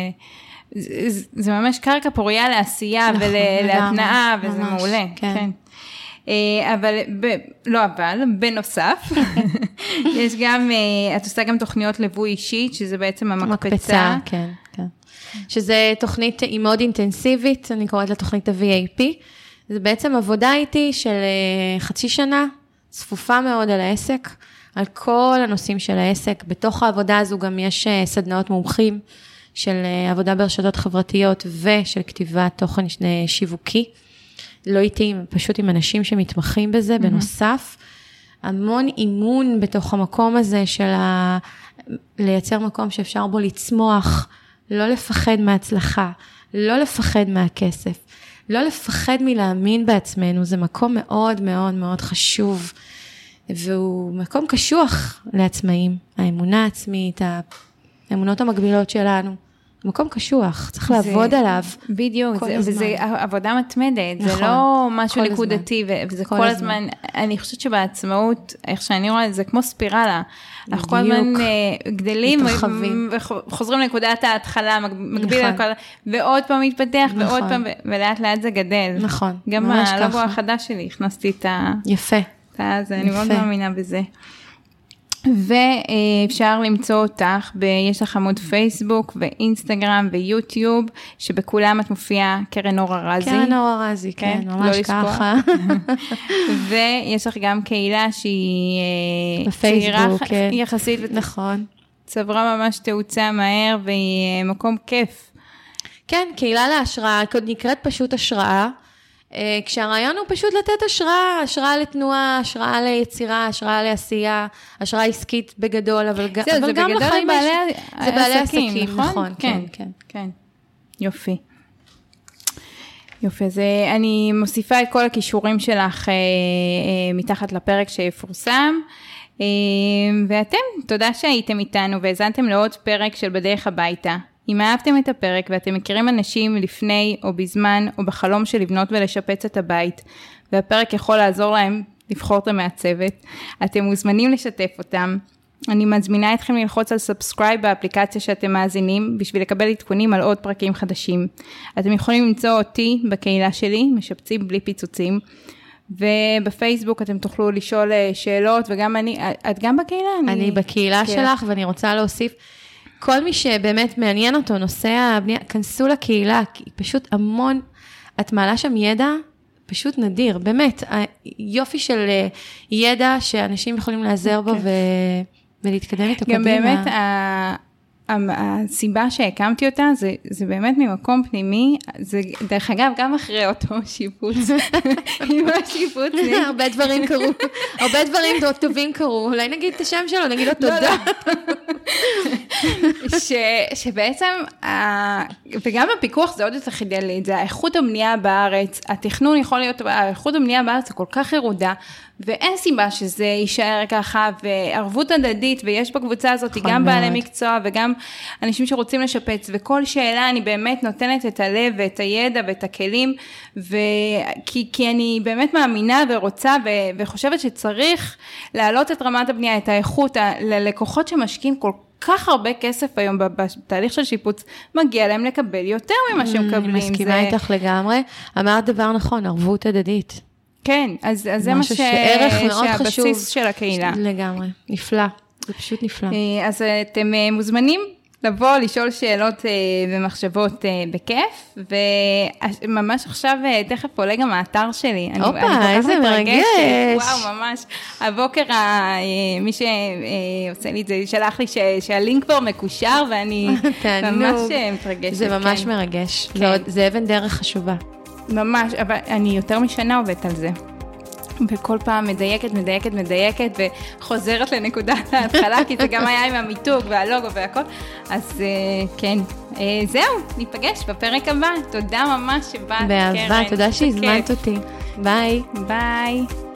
זה ממש קרקע פוריה לעשייה ולהתנאה, וזה מעולה. כן. אבל, בנוסף, יש גם, את עושה גם תוכניות ליווי אישית, שזה בעצם המקפצה. כן, כן. שזה תוכנית היא מאוד אינטנסיבית, אני קוראת לה תוכנית ה-VAP, זה בעצם עבודה איתי של חצי שנה, צפופה מאוד על העסק, על כל הנושאים של העסק. בתוך העבודה הזו גם יש סדנאות מומחים של עבודה ברשתות חברתיות ושל כתיבת תוכן שיווקי. לא איתי, פשוט עם אנשים שמתמחים בזה, בנוסף. המון אימון בתוך המקום הזה של לייצר מקום שאפשר בו לצמוח, לא לפחד מההצלחה, לא לפחד מהכסף. לא לפחד מלהאמין בעצמנו, זה מקום מאוד מאוד מאוד חשוב, והוא מקום קשוח לעצמאים, האמונה העצמית, האמונות המקבילות שלנו, מקום קשוח, צריך לעבוד עליו. בדיוק, וזה עבודה מתמדת, זה לא משהו נקודתי, וזה כל הזמן, אני חושבת שבעצמאות, איך שאני רואה, זה כמו ספירלה, אנחנו כל הזמן גדלים, וחוזרים לנקודת ההתחלה, מגביל ועוד פעם מתפתח, ועוד פעם, ולאט לאט זה גדל. נכון. גם הלוגו החדש שלי, הכנסתי את ה... יפה. אני מאוד מאמינה בזה. ואפשר למצוא אותך, יש לך עמוד פייסבוק ואינסטגרם ויוטיוב, שבכולם את מופיעה קרן אור ארזי. קרן אור ארזי, כן, ממש ככה. ויש לך גם קהילה שהיא בפייסבוק, כן. יחסית, נכון. צברה ממש תאוצה מהר, והיא מקום כיף. כן, קהילה להשראה, נקראת פשוט השראה, כשהרעיון הוא פשוט לתת השראה, השראה לתנועה, השראה ליצירה, השראה לעשייה, השראה עסקית בגדול, אבל גם לחיים זה בעלי עסקים, נכון? כן, כן. כן. יופי. יופי, אז אני מוסיפה את כל הכישורים שלך מתחת לפרק שיפורסם, ואתם, תודה שהייתם איתנו והזנתם לעוד פרק של בדרך הביתה. אם אהבתם את הפרק ואתם מכירים אנשים לפני או בזמן או בחלום של לבנות ולשפץ את הבית, והפרק יכול לעזור להם לבחור את המעצבת, אתם מוזמנים לשתף אותם. אני מזמינה אתכם ללחוץ על סאבסקרייב באפליקציה שאתם מאזינים, בשביל לקבל עדכונים על עוד פרקים חדשים. אתם יכולים למצוא אותי בקהילה שלי, משפצים בלי פיצוצים, ובפייסבוק אתם תוכלו לשאול שאלות, וגם את גם בקהילה? אני בקהילה שלך, ואני רוצה להוסיף, כל מי שבאמת מעניין אותו, נושא הבנייה, כנסו לקהילה, כי פשוט המון, את מעלה שם ידע, פשוט נדיר, באמת, יופי של ידע שאנשים יכולים לעזר בו ולהתקדם איתו קדימה. גם באמת, הסיבה שהקמתי אותה, זה באמת ממקום פנימי, זה דרך אגב, גם אחרי אותו שיפוץ, עם השיפוץ. הרבה דברים קרו, הרבה דברים טובים קרו, אולי נגיד את השם שלו, נגיד לו תודה. שבעצם, וגם בפיקוח זה עוד יותר חידל לי, זה האיכות הבנייה בארץ, התכנון יכול להיות, האיכות הבנייה בארץ זה כל כך ירודה, ואין סיבה שזה יישאר ככה, וערבות הדדית, ויש בקבוצה הזאת גם בעלי מקצוע, וגם אנשים שרוצים לשפץ, וכל שאלה אני באמת נותנת את הלב, ואת הידע, ואת הכלים, כי אני באמת מאמינה ורוצה, וחושבת שצריך להעלות את רמת הבנייה, את האיכות, ללקוחות שמשקיעים כל כך הרבה כסף היום בתהליך של שיפוץ, מגיע להם לקבל יותר ממה שמקבלים. אני מסכימה איתך לגמרי, אמרת דבר נכון, ערבות הדדית. כן, אז זה מה שהבסיס של הקהילה. לגמרי, נפלא, זה פשוט נפלא. אז אתם מוזמנים לבוא, לשאול שאלות ומחשבות בכיף, וממש עכשיו תכף עולה גם האתר שלי. אופה, איזה מרגש. וואו, ממש. הבוקר מי שעושה לי את זה, שלח לי שהלינק כבר מקושר, ואני ממש מתרגשת. זה ממש מרגש, זה אבן דרך חשובה. ממש, אבל אני יותר משנה עובדת על זה. וכל פעם מדייקת, וחוזרת לנקודת ההתחלה, כי זה גם היה עם המיתוג והלוגו והכל. אז כן, זהו, ניפגש בפרק הבא. תודה ממש שבאת. באהבה, תודה שהזמנת אותי. ביי. ביי.